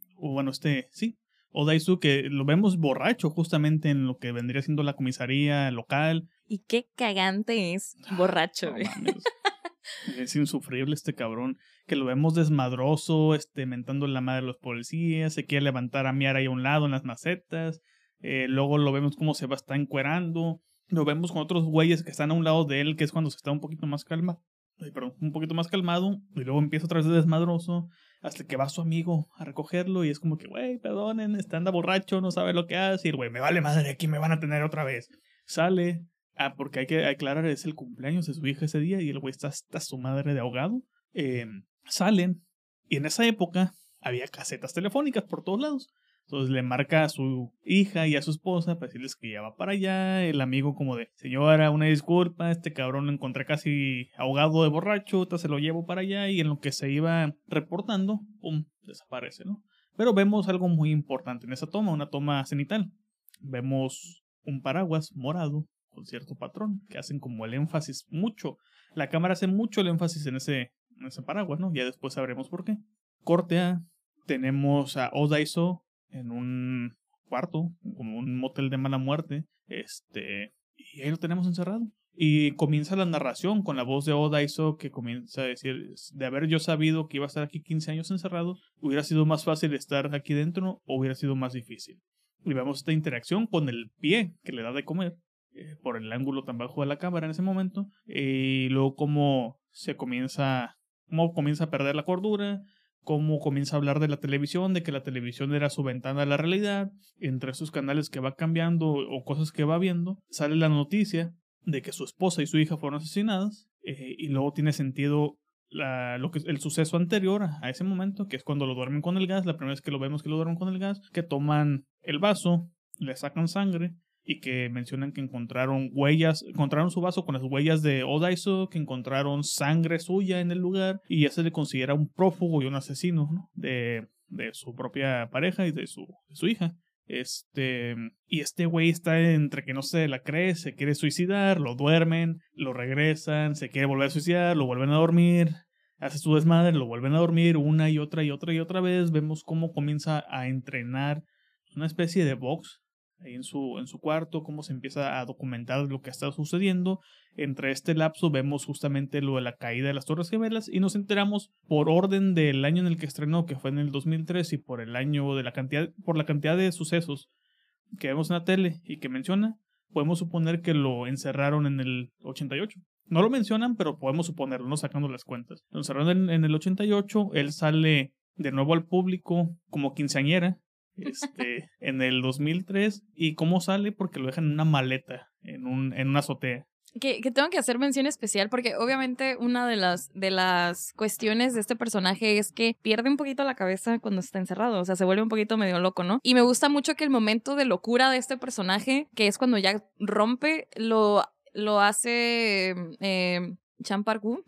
Oh Dae-soo, que lo vemos borracho justamente en lo que vendría siendo la comisaría local. Y qué cagante es borracho, güey. Es insufrible este cabrón, que lo vemos desmadroso, mentando la madre de los policías, se quiere levantar a miar ahí a un lado en las macetas, luego lo vemos como se va a estar encuerando, lo vemos con otros güeyes que están a un lado de él, que es cuando se está un poquito más calmado, y luego empieza otra vez de desmadroso, hasta que va su amigo a recogerlo y es como que, güey, perdonen, anda borracho, no sabe lo que hace, y el güey, me vale madre, aquí me van a tener otra vez. Sale, porque hay que aclarar, es el cumpleaños de su hija ese día y el güey está hasta su madre de ahogado. Salen, y en esa época había casetas telefónicas por todos lados. Entonces le marca a su hija y a su esposa para decirles que ya va para allá. El amigo como de, señora, una disculpa, este cabrón lo encontré casi ahogado de borracho, se lo llevo para allá, y en lo que se iba reportando, pum, desaparece, ¿no? Pero vemos algo muy importante en esa toma, una toma cenital. Vemos un paraguas morado con cierto patrón, que hacen como el énfasis mucho. La cámara hace mucho el énfasis en ese paraguas, ¿no? Ya después sabremos por qué. Corte A, tenemos a Oh Dae-soo en un cuarto, como un motel de mala muerte, y ahí lo tenemos encerrado. Y comienza la narración con la voz de Oh Dae-soo, que comienza a decir, de haber yo sabido que iba a estar aquí 15 años encerrado, hubiera sido más fácil estar aquí dentro o hubiera sido más difícil. Y vemos esta interacción con el pie que le da de comer, por el ángulo tan bajo de la cámara en ese momento, y luego cómo comienza a perder la cordura, cómo comienza a hablar de la televisión, de que la televisión era su ventana a la realidad, entre esos canales que va cambiando o cosas que va viendo, sale la noticia de que su esposa y su hija fueron asesinadas, y luego tiene sentido el suceso anterior a ese momento, que es cuando lo duermen con el gas, la primera vez que lo vemos que lo duermen con el gas, que toman el vaso, le sacan sangre, y que mencionan que encontraron su vaso con las huellas de Odaiso, que encontraron sangre suya en el lugar, y ya se le considera un prófugo y un asesino, ¿no? de su propia pareja y de su hija. Y este güey está entre que no se la cree, se quiere suicidar, lo duermen, lo regresan, se quiere volver a suicidar, lo vuelven a dormir, hace su desmadre, lo vuelven a dormir una y otra vez. Vemos cómo comienza a entrenar una especie de box ahí en su cuarto, cómo se empieza a documentar lo que está sucediendo. Entre este lapso vemos justamente lo de la caída de las Torres Gemelas y nos enteramos por orden del año en el que estrenó, que fue en el 2003, y por el año de por la cantidad de sucesos que vemos en la tele y que menciona, podemos suponer que lo encerraron en el 88. No lo mencionan, pero podemos suponerlo, no sacando las cuentas. Lo encerraron en el 88, él sale de nuevo al público como quinceañera, en el 2003. ¿Y cómo sale? Porque lo dejan en una maleta, en una azotea. Que tengo que hacer mención especial porque obviamente una de las cuestiones de este personaje es que pierde un poquito la cabeza cuando está encerrado, o sea, se vuelve un poquito medio loco, ¿no? Y me gusta mucho que el momento de locura de este personaje, que es cuando ya rompe, lo hace Chan Park-wook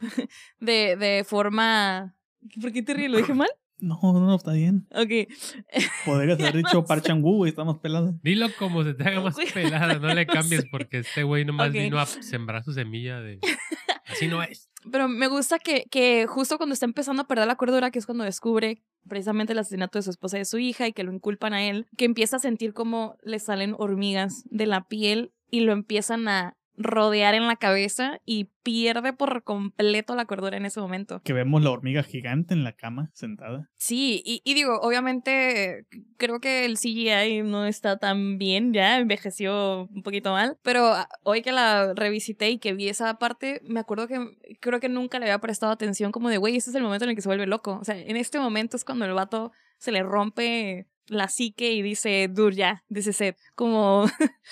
de forma... ¿Por qué te ríes? ¿Lo dije mal? No, está bien. Ok. Podrías haber dicho Park Chan-wook, güey, está más pelado. Dilo como se te haga más pelada, no le cambies porque este güey nomás vino a sembrar su semilla de... Así no es. Pero me gusta que justo cuando está empezando a perder la cordura, que es cuando descubre precisamente el asesinato de su esposa y de su hija y que lo inculpan a él, que empieza a sentir como le salen hormigas de la piel y lo empiezan a rodear en la cabeza y pierde por completo la cordura en ese momento. Que vemos la hormiga gigante en la cama, sentada. Sí, y digo, obviamente creo que el CGI no está tan bien, ya envejeció un poquito mal, pero hoy que la revisité y que vi esa parte, me acuerdo que creo que nunca le había prestado atención como de, güey, ese es el momento en el que se vuelve loco. O sea, en este momento es cuando el vato se le rompe la psique y dice, dude, ya, this is it. Como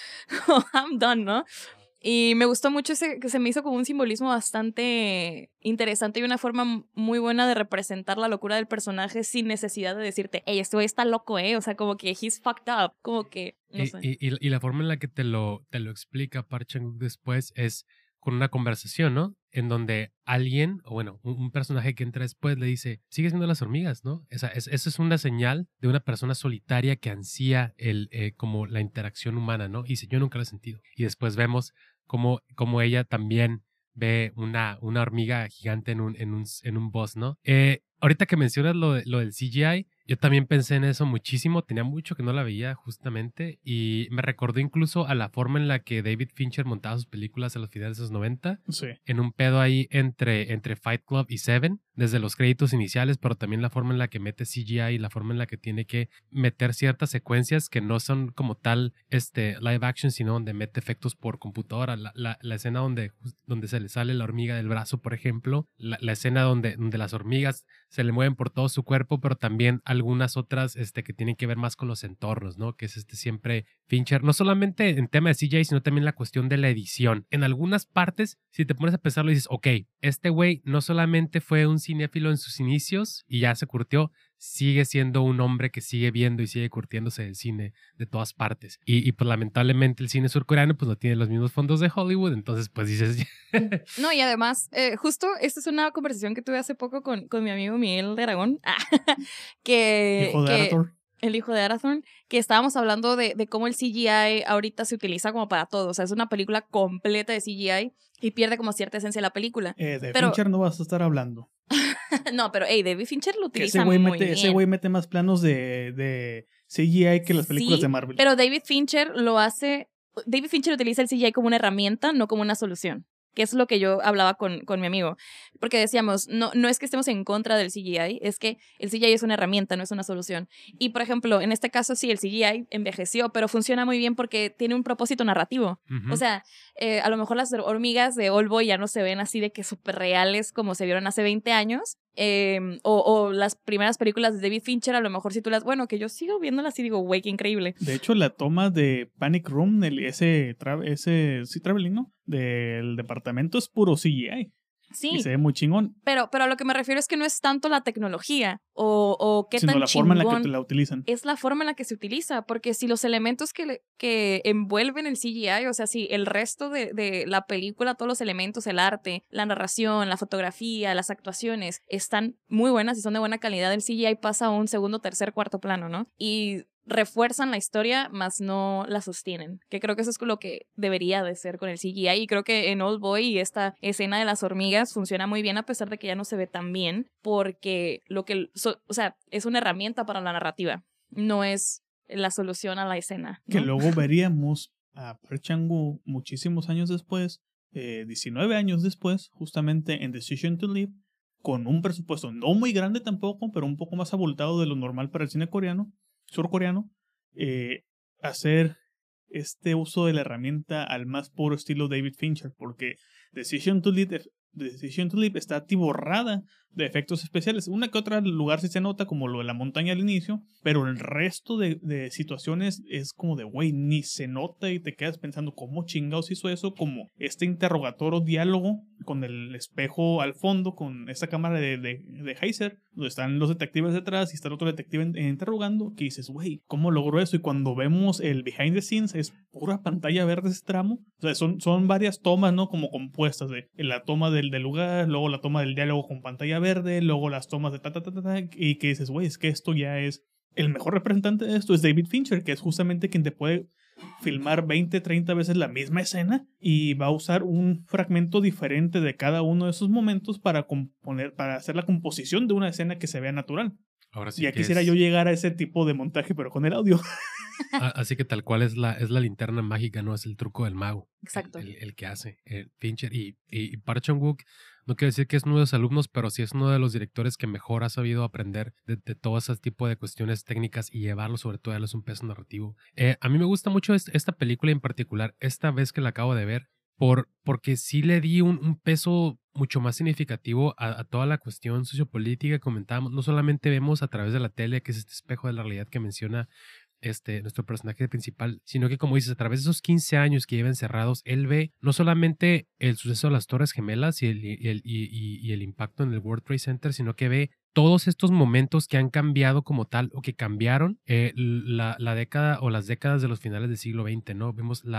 I'm done, ¿no? Y me gustó mucho que se me hizo como un simbolismo bastante interesante y una forma muy buena de representar la locura del personaje sin necesidad de decirte, hey, este güey está loco, O sea, como que he's fucked up, como que, no sé. Y la forma en la que te lo explica Park Chan-wook después es con una conversación, ¿no? En donde alguien, o bueno, un personaje que entra después le dice, sigues viendo las hormigas, ¿no? Esa es una señal de una persona solitaria que ansía como la interacción humana, ¿no? Y dice, yo nunca lo he sentido. Y después vemos como ella también ve una hormiga gigante en un boss, ¿no? Ahorita que mencionas lo del CGI, yo también pensé en eso muchísimo. Tenía mucho que no la veía justamente y me recordó incluso a la forma en la que David Fincher montaba sus películas a los finales de los 90. Sí. En un pedo ahí entre Fight Club y Seven, desde los créditos iniciales, pero también la forma en la que mete CGI y la forma en la que tiene que meter ciertas secuencias que no son como tal live action, sino donde mete efectos por computadora. La escena donde se le sale la hormiga del brazo, por ejemplo. La escena donde las hormigas se le mueven por todo su cuerpo, pero también algunas otras que tienen que ver más con los entornos, ¿no? Que es siempre Fincher, no solamente en tema de CGI, sino también la cuestión de la edición. En algunas partes, si te pones a pensarlo, dices, ok, este güey no solamente fue un cinéfilo en sus inicios y ya se curtió, sigue siendo un hombre que sigue viendo y sigue curtiéndose del cine de todas partes. Y pues lamentablemente el cine surcoreano pues no tiene los mismos fondos de Hollywood, entonces pues dices... No, y además, justo esta es una conversación que tuve hace poco con mi amigo Miguel de Aragón, Hijo de Arathorn. El hijo de Arathorn, que estábamos hablando de cómo el CGI ahorita se utiliza como para todo. O sea, es una película completa de CGI y pierde como cierta esencia de la película. Fincher no vas a estar hablando. No, pero David Fincher lo utiliza muy bien. Ese güey mete más planos de CGI que las películas de Marvel. Pero David Fincher utiliza el CGI como una herramienta, no como una solución. Que es lo que yo hablaba con mi amigo. Porque decíamos, no es que estemos en contra del CGI, es que el CGI es una herramienta, no es una solución. Y, por ejemplo, en este caso sí, el CGI envejeció, pero funciona muy bien porque tiene un propósito narrativo. Uh-huh. O sea, a lo mejor las hormigas de Oldboy ya no se ven así de que súper reales como se vieron hace 20 años. O las primeras películas de David Fincher, a lo mejor si tú las... Bueno, que yo sigo viéndolas y digo, güey, qué increíble. De hecho, la toma de Panic Room, ese Traveling, ¿no? Del departamento es puro CGI. Sí. Y se ve muy chingón. Pero a lo que me refiero es que no es tanto la tecnología o qué sino tan la forma en la chingón que la utilizan. es la forma en la que se utiliza, porque si los elementos que envuelven el CGI, o sea, si el resto de la película, todos los elementos, el arte, la narración, la fotografía, las actuaciones, están muy buenas y son de buena calidad, el CGI pasa a un segundo, tercer, cuarto plano, ¿no? Y refuerzan la historia, más no la sostienen. Que creo que eso es lo que debería de ser con el CGI. Y creo que en Old Boy y esta escena de las hormigas funciona muy bien a pesar de que ya no se ve tan bien, porque o sea, es una herramienta para la narrativa. No es la solución a la escena, ¿no? Que luego veríamos a Park Chan-wook muchísimos años después, 19 años después, justamente en Decision to Live, con un presupuesto no muy grande tampoco, pero un poco más abultado de lo normal para el cine surcoreano, hacer este uso de la herramienta al más puro estilo David Fincher, porque Decision to Live está atiborrada de efectos especiales. Una que otra lugar sí se nota, como lo de la montaña al inicio, pero el resto de situaciones es como de, güey, ni se nota y te quedas pensando cómo chingados hizo eso, como este interrogatorio diálogo con el espejo al fondo, con esta cámara de Heiser, donde están los detectives detrás y está el otro detective interrogando, que dices, güey, ¿cómo logró eso? Y cuando vemos el behind the scenes es pura pantalla verde ese tramo. O sea, son varias tomas, ¿no? Como compuestas de la toma del lugar, luego la toma del diálogo con pantalla verde, luego las tomas de y que dices, güey, es que esto ya es... El mejor representante de esto es David Fincher, que es justamente quien te puede filmar 20, 30 veces la misma escena y va a usar un fragmento diferente de cada uno de esos momentos para hacer la composición de una escena que se vea natural. Ahora sí ya quisiera yo llegar a ese tipo de montaje, pero con el audio. Así que tal cual es la linterna mágica, no es el truco del mago. Exacto. El que hace Fincher. Y Park Chan-wook, no quiero decir que es uno de los alumnos, pero sí es uno de los directores que mejor ha sabido aprender de todo ese tipo de cuestiones técnicas y llevarlo, sobre todo, a darles un peso narrativo. A mí me gusta mucho esta película en particular, esta vez que la acabo de ver, porque sí le di un peso mucho más significativo a toda la cuestión sociopolítica que comentábamos. No solamente vemos a través de la tele, que es este espejo de la realidad que menciona nuestro personaje principal, sino que, como dices, a través de esos 15 años que lleva encerrados, él ve no solamente el suceso de las Torres Gemelas y el impacto en el World Trade Center, sino que ve todos estos momentos que han cambiado como tal o que cambiaron la década o las décadas de los finales del siglo XX, ¿no?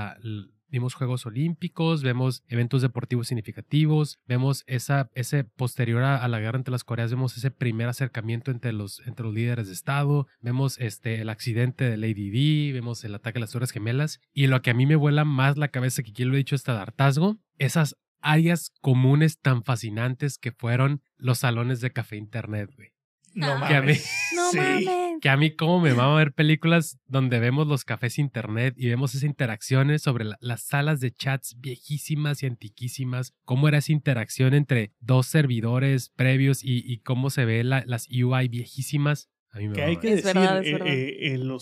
Vimos Juegos Olímpicos, vemos eventos deportivos significativos, vemos ese posterior a la guerra entre las Coreas, vemos ese primer acercamiento entre los líderes de Estado, vemos el accidente de Lady Di, vemos el ataque a las Torres Gemelas, y lo que a mí me vuela más la cabeza, que aquí lo he dicho hasta de hartazgo, esas áreas comunes tan fascinantes que fueron los salones de café internet, güey. No mames. Que a mí, No sí. mames. Que a mí como me va a ver películas donde vemos los cafés internet y vemos esas interacciones sobre las salas de chats viejísimas y antiquísimas, cómo era esa interacción entre dos servidores previos y cómo se ve las UI viejísimas. A mí me Que va a hay ver. que Es decir, verdad.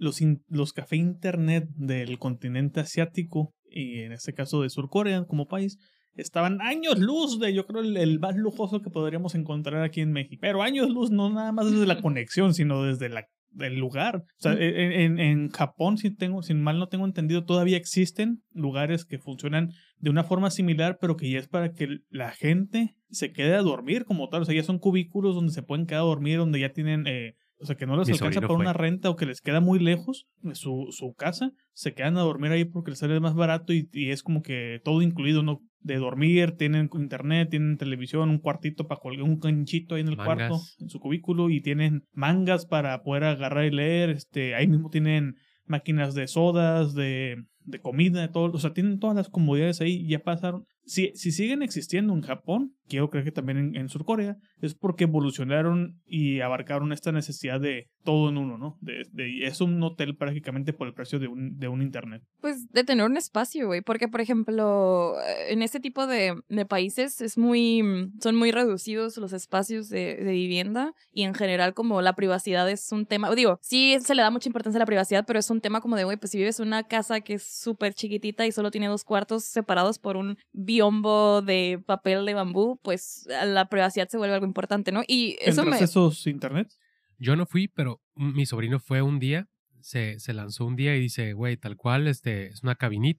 los café internet del continente asiático y en este caso de Surcorea como país estaban años luz de, yo creo, el más lujoso que podríamos encontrar aquí en México. Pero años luz no nada más desde la conexión, sino desde el lugar. O sea, en Japón, si mal no tengo entendido, todavía existen lugares que funcionan de una forma similar, pero que ya es para que la gente se quede a dormir como tal. O sea, ya son cubículos donde se pueden quedar a dormir, donde ya tienen... o sea, que no les Mi alcanza sobrino por fue. una renta o que les queda muy lejos de su casa, se quedan a dormir ahí porque les sale más barato y es como que todo incluido, ¿no? De dormir, tienen internet, tienen televisión, un cuartito para colgar, un canchito ahí en el Mangas. cuarto, en su cubículo, y tienen mangas para poder agarrar y leer, ahí mismo tienen máquinas de sodas, de comida, de todo, o sea, tienen todas las comodidades ahí, ya pasaron. Si siguen existiendo en Japón, quiero creer que también en Surcorea, es porque evolucionaron y abarcaron esta necesidad de todo en uno, ¿no? Es un hotel prácticamente por el precio de un internet. Pues de tener un espacio, güey, porque por ejemplo, en este tipo de países son muy reducidos los espacios de vivienda y en general como la privacidad es un tema, digo, sí se le da mucha importancia a la privacidad, pero es un tema como de, güey, pues si vives en una casa que es súper chiquitita y solo tiene 2 cuartos separados por un biombo de papel de bambú, pues la privacidad se vuelve algo importante, ¿no? Y eso ¿Tendrás esos internet? Yo no fui, pero mi sobrino fue un día, se lanzó un día y dice, güey, tal cual, es una cabinita,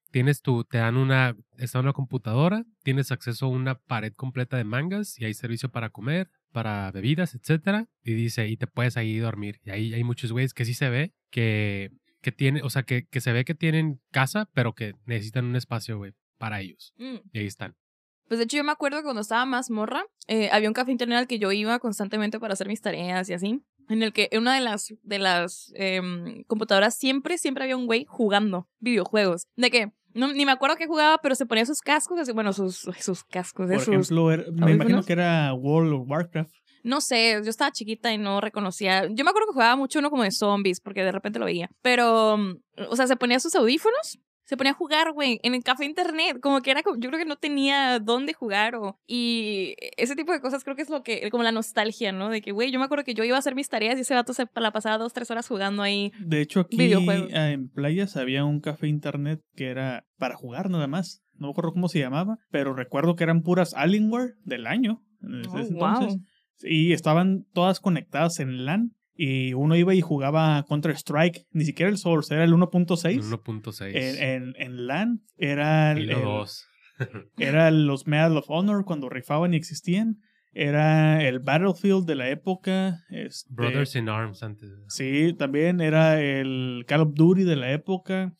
te dan está una computadora, tienes acceso a una pared completa de mangas y hay servicio para comer, para bebidas, etcétera. Y dice, y te puedes ahí dormir. Y ahí hay muchos güeyes que sí se ve que tienen, o sea, que se ve que tienen casa, pero que necesitan un espacio, güey, para ellos. Y ahí están. Pues de hecho yo me acuerdo que cuando estaba más morra, había un café internet al que yo iba constantemente para hacer mis tareas y así, en el que en una de las computadoras siempre había un güey jugando videojuegos. De que, ni me acuerdo qué jugaba, pero se ponía sus cascos, así, bueno, sus cascos. Por ejemplo, me imagino que era World of Warcraft. No sé, yo estaba chiquita y no reconocía. Yo me acuerdo que jugaba mucho uno como de zombies, porque de repente lo veía. Pero, o sea, se ponía sus audífonos, se ponía a jugar, güey, en el café internet. Como que yo creo que no tenía dónde jugar y ese tipo de cosas creo que es lo que, como la nostalgia, ¿no? De que, güey, yo me acuerdo que yo iba a hacer mis tareas y ese vato se la pasaba 2-3 horas jugando ahí. De hecho, aquí videojuegos. En Playas había un café internet que era para jugar nada más. No me acuerdo cómo se llamaba, pero recuerdo que eran puras Alienware del año. Entonces, wow. Y estaban todas conectadas en LAN. Y uno iba y jugaba Counter-Strike. Ni siquiera el Source, era el 1.6. 1.6. En LAN era Halo 2. Era los Medal of Honor cuando rifaban y existían. Era el Battlefield de la época. Brothers in Arms antes. Sí, también era el Call of Duty de la época.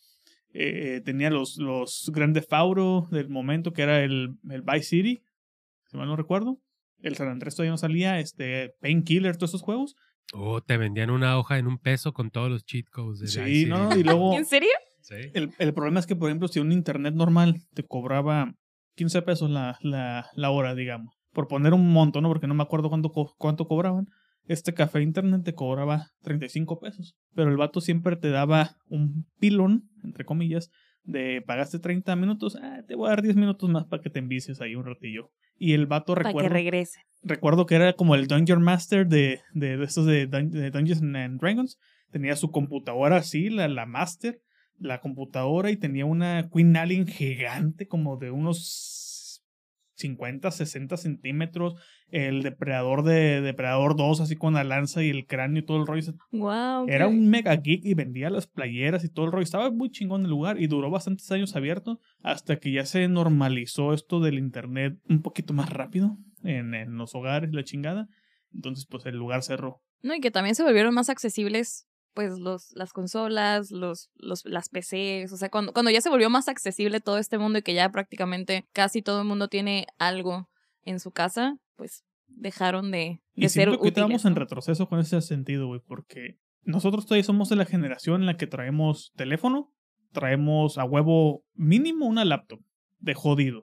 Tenía los Grand Theft Auto del momento, que era el Vice City, si mal no recuerdo. El San Andrés todavía no salía. Painkiller, todos esos juegos. Te vendían una hoja en $1 con todos los cheat codes. Sí, no, y luego... ¿En serio? Sí. El problema es que, por ejemplo, si un internet normal te cobraba 15 pesos la hora, digamos, por poner un monto, ¿no? Porque no me acuerdo cuánto cobraban. Este café internet te cobraba 35 pesos. Pero el vato siempre te daba un pilón, entre comillas, de pagaste 30 minutos, te voy a dar 10 minutos más para que te envicies ahí un ratillo. Y el vato Para que regrese. Recuerdo que era como el Dungeon Master de estos de Dungeons and Dragons. Tenía su computadora así, la Master, la computadora, y tenía una Queen Alien gigante como de unos 50, 60 centímetros. El depredador de Depredador 2 así con la lanza y el cráneo y todo el rollo. Wow. Era un mega geek y vendía las playeras y todo el rollo. Estaba muy chingón el lugar y duró bastantes años abierto hasta que ya se normalizó esto del internet un poquito más rápido en los hogares, la chingada. Entonces, pues el lugar cerró. No, y que también se volvieron más accesibles, pues, las consolas, las PCs. O sea, cuando ya se volvió más accesible todo este mundo y que ya prácticamente casi todo el mundo tiene algo en su casa, pues dejaron de ser útiles. Y estamos en retroceso con ese sentido, güey, porque nosotros todavía somos de la generación en la que traemos teléfono, traemos a huevo mínimo una laptop, de jodido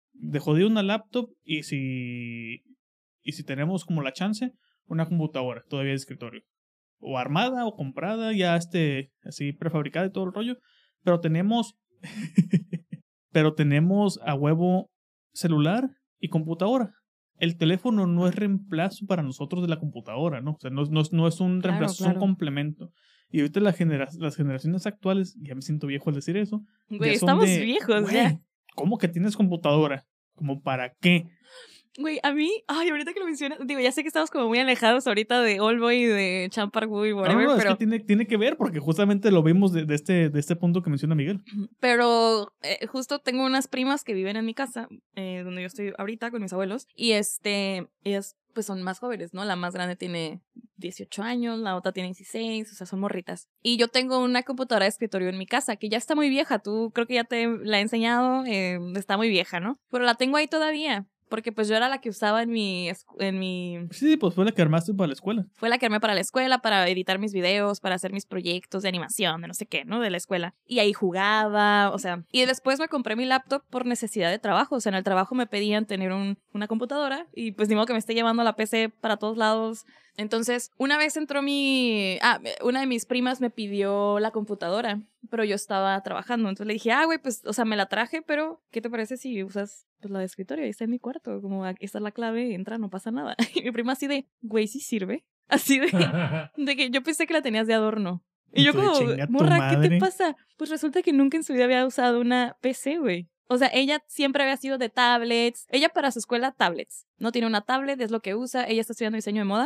una laptop, y si tenemos como la chance, una computadora todavía de escritorio, o armada o comprada, ya así prefabricada y todo el rollo, pero tenemos a huevo celular y computadora. El teléfono no es reemplazo para nosotros de la computadora, ¿no? O sea, no es un reemplazo, claro. Es un complemento. Y ahorita las generaciones actuales, ya me siento viejo al decir eso. Güey, estamos viejos, güey, ya. ¿Cómo que tienes computadora? ¿Cómo para qué? Güey, a mí, ahorita que lo mencionas, digo, ya sé que estamos como muy alejados ahorita de Oldboy y de Champargu y whatever, No, pero... es que tiene que ver, porque justamente lo vimos de este punto que menciona Miguel. Pero justo tengo unas primas que viven en mi casa, donde yo estoy ahorita con mis abuelos, y ellas pues son más jóvenes, ¿no? La más grande tiene 18 años, la otra tiene 16, o sea, son morritas. Y yo tengo una computadora de escritorio en mi casa, que ya está muy vieja, tú creo que ya te la he enseñado, está muy vieja, ¿no? Pero la tengo ahí todavía. Porque pues yo era la que usaba en mi... Sí, pues fue la que armaste para la escuela. Fue la que armé para la escuela, para editar mis videos, para hacer mis proyectos de animación, de no sé qué, ¿no? De la escuela. Y ahí jugaba, o sea... Y después me compré mi laptop por necesidad de trabajo. O sea, en el trabajo me pedían tener una computadora y pues ni modo que me esté llevando la PC para todos lados. Entonces, una vez entró una de mis primas me pidió la computadora, pero yo estaba trabajando. Entonces le dije, güey, pues, o sea, me la traje, pero ¿qué te parece si usas pues la de escritorio? Ahí está en mi cuarto, como aquí está la clave, entra, no pasa nada. Y mi prima así de, güey, ¿sí sirve? Así de que yo pensé que la tenías de adorno. Y yo como, morra, ¿qué te pasa? Pues resulta que nunca en su vida había usado una PC, güey. O sea, ella siempre había sido de tablets. Ella para su escuela, tablets. No tiene una tablet, es lo que usa. Ella está estudiando diseño de modas.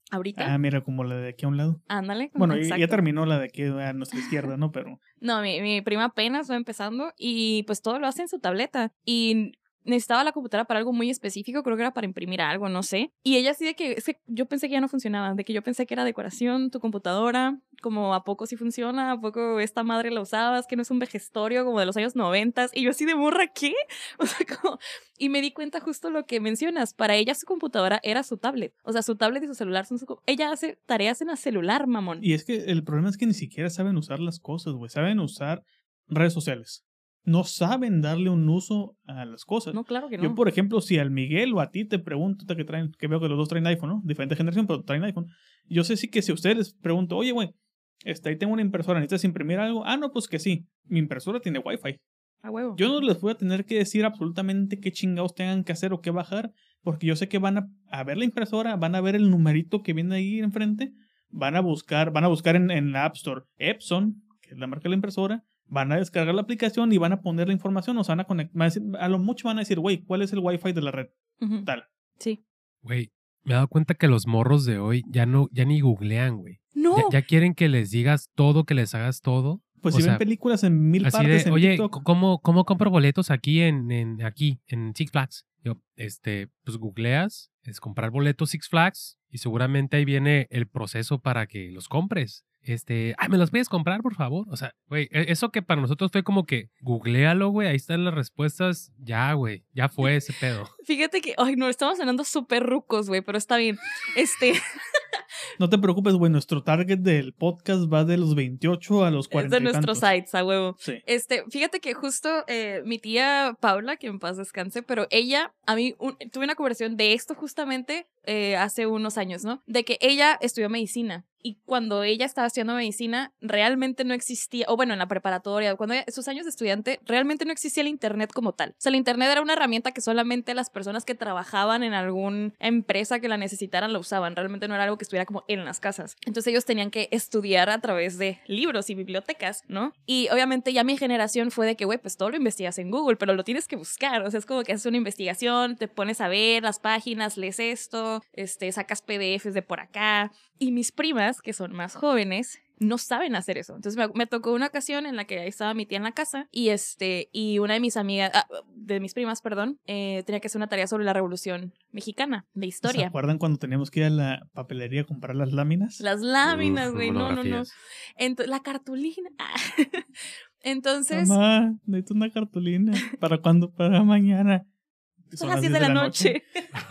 ¿Ahorita? Ah, mira, como la de aquí a un lado. Ándale. Bueno, exacto. ya terminó la de aquí a nuestra izquierda, ¿no? Pero No, mi prima apenas va empezando y pues todo lo hace en su tableta. Y necesitaba la computadora para algo muy específico, creo que era para imprimir algo, no sé. Y ella así de que, es que yo pensé que ya no funcionaba, de que yo pensé que era decoración, tu computadora, como a poco sí funciona, a poco esta madre la usabas, que no es un vejestorio como de los años 90. Y yo así de morra, ¿qué? O sea, como... Y me di cuenta justo lo que mencionas, para ella su computadora era su tablet. O sea, su tablet y su celular son su... Ella hace tareas en la celular, mamón. y es que el problema es que ni siquiera saben usar las cosas, güey. Saben usar redes sociales. No saben darle un uso a las cosas. No, claro que no. Yo, por ejemplo, si al Miguel o a ti te pregunto, que veo que los dos traen iPhone, ¿no? Diferente generación, pero traen iPhone. Yo sé sí que si a ustedes les pregunto, oye, güey, ahí tengo una impresora, ¿necesitas imprimir algo? Ah, no, pues que sí. Mi impresora tiene Wi-Fi. A huevo. Yo no les voy a tener que decir absolutamente qué chingados tengan que hacer o qué bajar, porque yo sé que van a ver la impresora, van a ver el numerito que viene ahí enfrente, van a buscar en la App Store Epson, que es la marca de la impresora, van a descargar la aplicación y van a poner la información, o sea, van a conectar, a lo mucho van a decir, güey, ¿cuál es el Wi-Fi de la red? Ujú. Tal. Sí. Güey, me he dado cuenta que los morros de hoy ya ni googlean, güey. No. Ya quieren que les digas todo, que les hagas todo. Pues O si sea, ven películas en 1000 así partes de, en oye, TikTok. ¿cómo compro boletos aquí en Six Flags? Yo, pues googleas, es comprar boletos Six Flags y seguramente ahí viene el proceso para que los compres. ¿Me los puedes comprar, por favor? O sea, güey, eso que para nosotros fue como que googlealo, güey, ahí están las respuestas. Ya, güey, ya fue ese pedo. Fíjate que, ay, no, estamos sonando súper rucos, güey, pero está bien. No te preocupes, güey, nuestro target del podcast va de los 28 a los 40 es de y nuestros tantos. sites, a huevo. Sí. Fíjate que justo mi tía Paula, que en paz descanse, pero ella, a mí, tuve una conversación de esto justamente hace unos años, ¿no? De que ella estudió medicina. Y cuando ella estaba estudiando medicina, realmente no existía, o bueno, en la preparatoria, sus años de estudiante, realmente no existía el internet como tal. O sea, el internet era una herramienta que solamente las personas que trabajaban en alguna empresa que la necesitaran la usaban. Realmente no era algo que estuviera como en las casas. Entonces ellos tenían que estudiar a través de libros y bibliotecas, ¿no? Y obviamente ya mi generación fue de que, güey, pues todo lo investigas en Google, pero lo tienes que buscar. O sea, es como que haces una investigación, te pones a ver las páginas, lees esto, sacas PDFs de por acá. Y mis primas, que son más jóvenes, no saben hacer eso. Entonces me tocó una ocasión en la que ahí estaba mi tía en la casa y una de mis amigas, de mis primas, perdón, tenía que hacer una tarea sobre la Revolución Mexicana, de ¿Se historia. acuerdan cuando teníamos que ir a la papelería a comprar las láminas? Las láminas, Uf, güey, no. monografías. La cartulina. Entonces, Mamá, necesito una cartulina. ¿Para cuándo? Para mañana. son las 10 de la noche.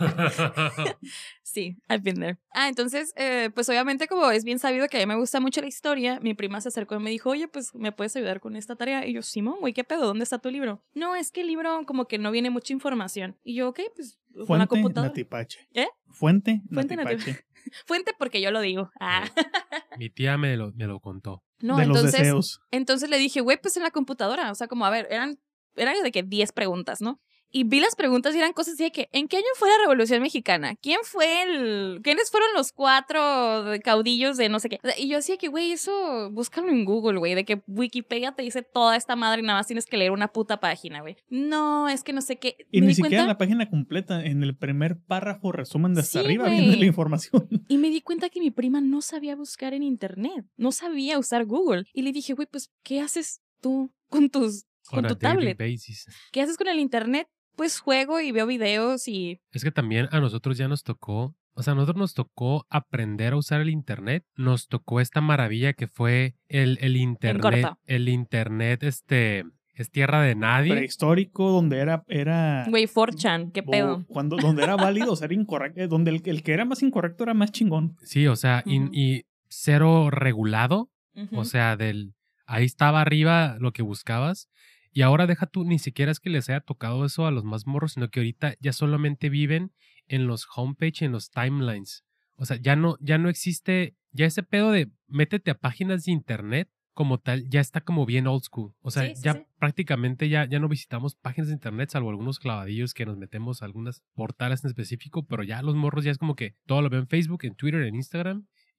Sí, I've been there. Entonces, pues obviamente como es bien sabido que a mí me gusta mucho la historia, mi prima se acercó y me dijo, oye, pues, ¿me puedes ayudar con esta tarea? Y yo, Simón, güey, ¿qué pedo? ¿Dónde está tu libro? No, es que el libro como que no viene mucha información. Y yo, ok, pues, con la Fuente computadora. Natipache. ¿Eh? Fuente Fuente Natipache. Fuente porque yo lo digo. Mi tía me lo contó. No, De los entonces, deseos. entonces le dije, güey, pues en la computadora. O sea, como, a ver, eran de que 10 preguntas, ¿no? Y vi las preguntas y eran cosas así de que, ¿en qué año fue la Revolución Mexicana? ¿Quiénes fueron los 4 caudillos de no sé qué? O sea, y yo decía que, güey, eso, búscalo en Google, güey, de que Wikipedia te dice toda esta madre y nada más tienes que leer una puta página, güey. No, es que no sé qué. Y ¿Me ni di siquiera en cuenta? la página completa, en el primer párrafo resumen de hasta Sí, arriba güey. viene la información. Y me di cuenta que mi prima no sabía buscar en internet, no sabía usar Google. Y le dije, güey, pues, ¿qué haces tú con tu On a daily tablet? basis. ¿Qué haces con el internet? Pues juego y veo videos y... Es que también a nosotros ya nos tocó, o sea, a nosotros nos tocó aprender a usar el internet. Nos tocó esta maravilla que fue el internet. corto. El internet, es tierra de nadie. Prehistórico, donde era Güey, 4chan, ¿qué pedo? donde era válido ser incorrecto, donde el que era más incorrecto era más chingón. Sí, o sea, Ujú. y cero regulado. Ujú. O sea, ahí estaba arriba lo que buscabas. Y ahora deja tú, ni siquiera es que les haya tocado eso a los más morros, sino que ahorita ya solamente viven en los homepage, en los timelines. O sea, ya no existe, ya ese pedo de métete a páginas de internet como tal, ya está como bien old school. O sea, Sí, sí, ya sí. prácticamente ya no visitamos páginas de internet, salvo algunos clavadillos que nos metemos a algunas portales en específico, pero ya los morros ya es como que todo lo ven en Facebook, en Twitter, en Instagram.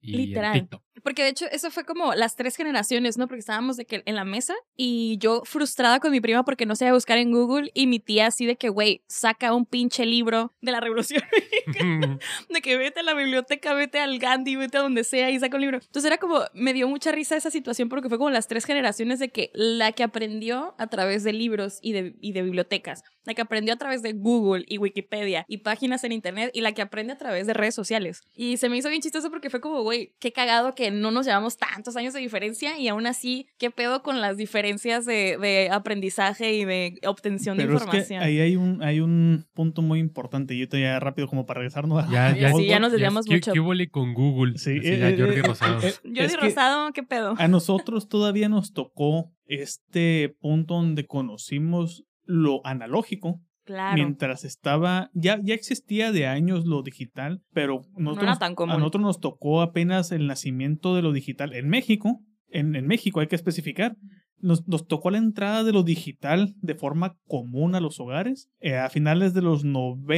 y Literal. en TikTok. Porque de hecho eso fue como las 3 generaciones, ¿no? Porque estábamos de que en la mesa y yo frustrada con mi prima porque no sabía buscar en Google y mi tía así de que, güey, saca un pinche libro de la Revolución Mexicana, de que vete a la biblioteca, vete al Gandhi, vete a donde sea y saca un libro. Entonces era como, me dio mucha risa esa situación porque fue como las 3 generaciones de que la que aprendió a través de libros y de bibliotecas, la que aprendió a través de Google y Wikipedia y páginas en internet y la que aprende a través de redes sociales. Y se me hizo bien chistoso porque fue como, güey, qué cagado que no nos llevamos tantos años de diferencia y aún así, qué pedo con las diferencias de aprendizaje y de obtención de información. Es que ahí hay un punto muy importante y yo te ya rápido como para regresarnos a ya nos desviamos mucho. ¿Qué hubo con Google? Sí, Jordi Rosado. Jordi Rosado, ¿qué pedo? A nosotros todavía nos tocó este punto donde conocimos lo analógico. Claro. Mientras estaba, ya existía de años lo digital, pero no era tan común. A nosotros nos tocó apenas el nacimiento de lo digital en México. En México hay que especificar. Nos tocó la entrada de lo digital de forma común a los hogares a finales de los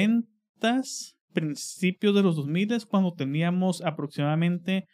90s, principios de los 2000s, cuando teníamos aproximadamente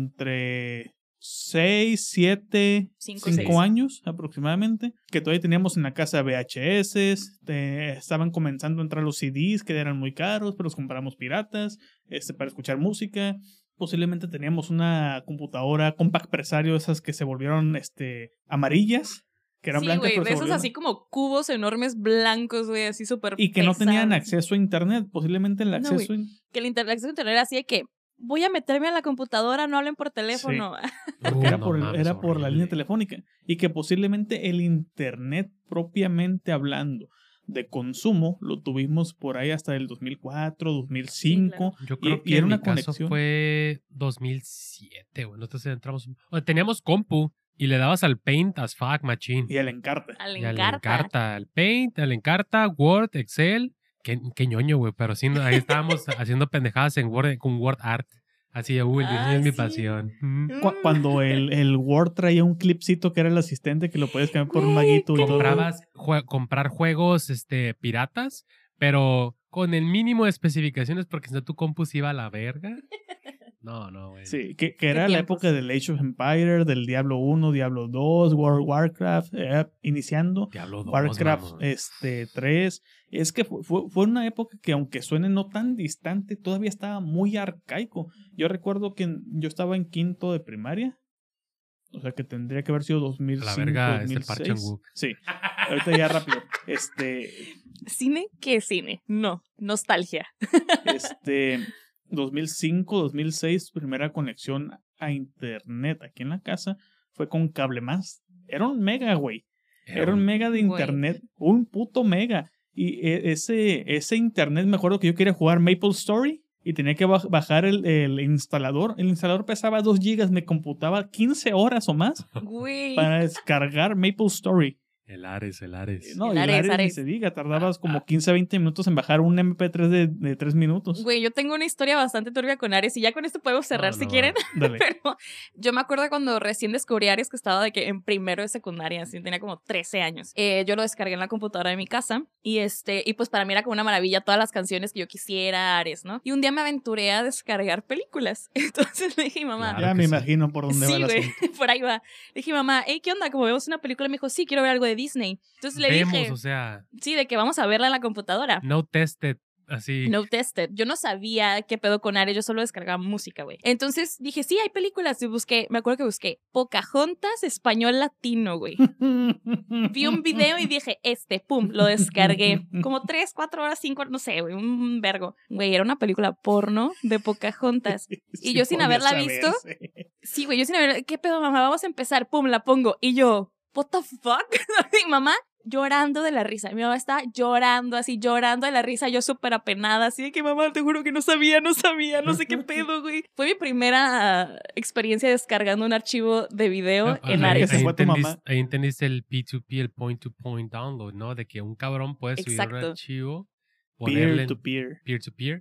entre 6, 7, 5 años aproximadamente, que todavía teníamos en la casa VHS, estaban comenzando a entrar los CDs que eran muy caros, pero los compramos piratas, para escuchar música. Posiblemente teníamos una computadora compact presario, esas que se volvieron amarillas, que eran blancas, pero de esos así como cubos enormes blancos, güey, así súper y que pesados. No tenían acceso a internet, posiblemente el acceso que el acceso a internet era así de que voy a meterme a la computadora, no hablen por teléfono. Sí. Porque era por la línea telefónica. Y que posiblemente el internet propiamente hablando de consumo lo tuvimos por ahí hasta el 2004, 2005. Sí, claro. Yo creo que era en una mi caso conexión. Fue 2007, güey. Nosotros entramos... teníamos compu y le dabas al Paint as fuck machine. Y al Encarta. Al Encarta. Al Paint, al Encarta, Word, Excel... Qué ñoño, güey, pero sí, ahí estábamos haciendo pendejadas en Word, con Word Art. Así de, el diseño es mi pasión. Cuando el Word traía un clipcito que era el asistente que lo podías cambiar por un maguito y comprabas comprar juegos piratas, pero con el mínimo de especificaciones porque si no tu compu se iba a la verga. No, güey. Sí, que era la época del Age of Empires, del Diablo 1, Diablo 2, World of Warcraft, iniciando. Diablo 2, Warcraft 3. Es que fue una época que, aunque suene no tan distante, todavía estaba muy arcaico. Yo recuerdo que yo estaba en quinto de primaria. O sea que tendría que haber sido 2005, la verga 2006. Es el Park Chan-wook. Sí, ahorita ya rápido. ¿Cine? ¿Qué cine? No, nostalgia. 2005, 2006, primera conexión a internet aquí en la casa fue con Cable Más. Era un mega, güey. Era un mega de internet. Un puto mega. Y ese internet, me acuerdo que yo quería jugar Maple Story y tenía que bajar el instalador. El instalador pesaba 2 gigas, me computaba 15 horas o más para descargar Maple Story. El Ares. No, el Ares ni se diga, tardabas como 15 a 20 minutos en bajar un MP3 de 3 minutos. Güey, yo tengo una historia bastante turbia con Ares y ya con esto podemos cerrar si quieren. Dale. Pero yo me acuerdo cuando recién descubrí Ares, que estaba de que en primero de secundaria, así tenía como 13 años. Yo lo descargué en la computadora de mi casa y pues para mí era como una maravilla todas las canciones que yo quisiera, Ares, ¿no? Y un día me aventuré a descargar películas. Entonces le dije a mi mamá. Claro, ya me imagino por dónde va el asunto. Por ahí va. Le dije a mi mamá, hey, ¿qué onda? Como vemos una película, me dijo, sí, quiero ver algo de Disney. Entonces le dije, o sea, sí, de que vamos a verla en la computadora. No tested, así. No tested. Yo no sabía qué pedo con Ares, yo solo descargaba música, güey. Entonces dije, sí, hay películas. Y me acuerdo que busqué Pocahontas español latino, güey. Vi un video y dije, pum, lo descargué. Como 3, 4 horas, 5 horas, no sé, güey, un vergo. Güey, era una película porno de Pocahontas. Y yo sin haberla visto. Sí, güey, yo sin haberla. ¿Qué pedo, mamá? Vamos a empezar. Pum, la pongo. Y yo, what the fuck? Mi mamá llorando de la risa. Mi mamá estaba llorando de la risa. Yo súper apenada, así de que mamá, te juro que no sabía, no sé qué pedo, güey. Fue mi primera experiencia descargando un archivo de video en Ares. Ahí entendiste el P2P, el point-to-point download, ¿no? De que un cabrón puede subir un archivo, ponerle peer-to-peer,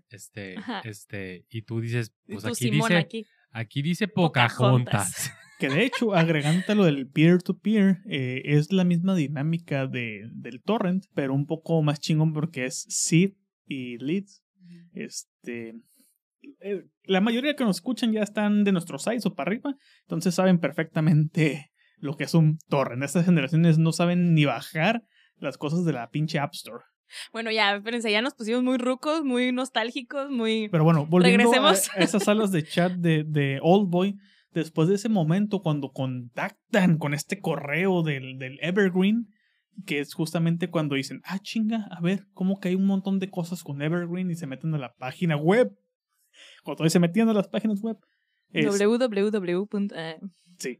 y tú dices, pues aquí dice Pocahontas. Que de hecho, agregándote lo del peer-to-peer, es la misma dinámica del torrent, pero un poco más chingón porque es seed y leads. la mayoría que nos escuchan ya están de nuestros sites o para arriba, entonces saben perfectamente lo que es un torrent. Estas generaciones no saben ni bajar las cosas de la pinche App Store. Bueno, ya, espérense, ya nos pusimos muy rucos, muy nostálgicos, muy... Pero bueno, volviendo a Regresemos. esas salas de chat de Oldboy, después de ese momento cuando contactan con este correo del Evergreen, que es justamente cuando dicen, chinga, a ver, ¿cómo que hay un montón de cosas con Evergreen? Y se meten a la página web. Cuando se metían a las páginas web. Sí,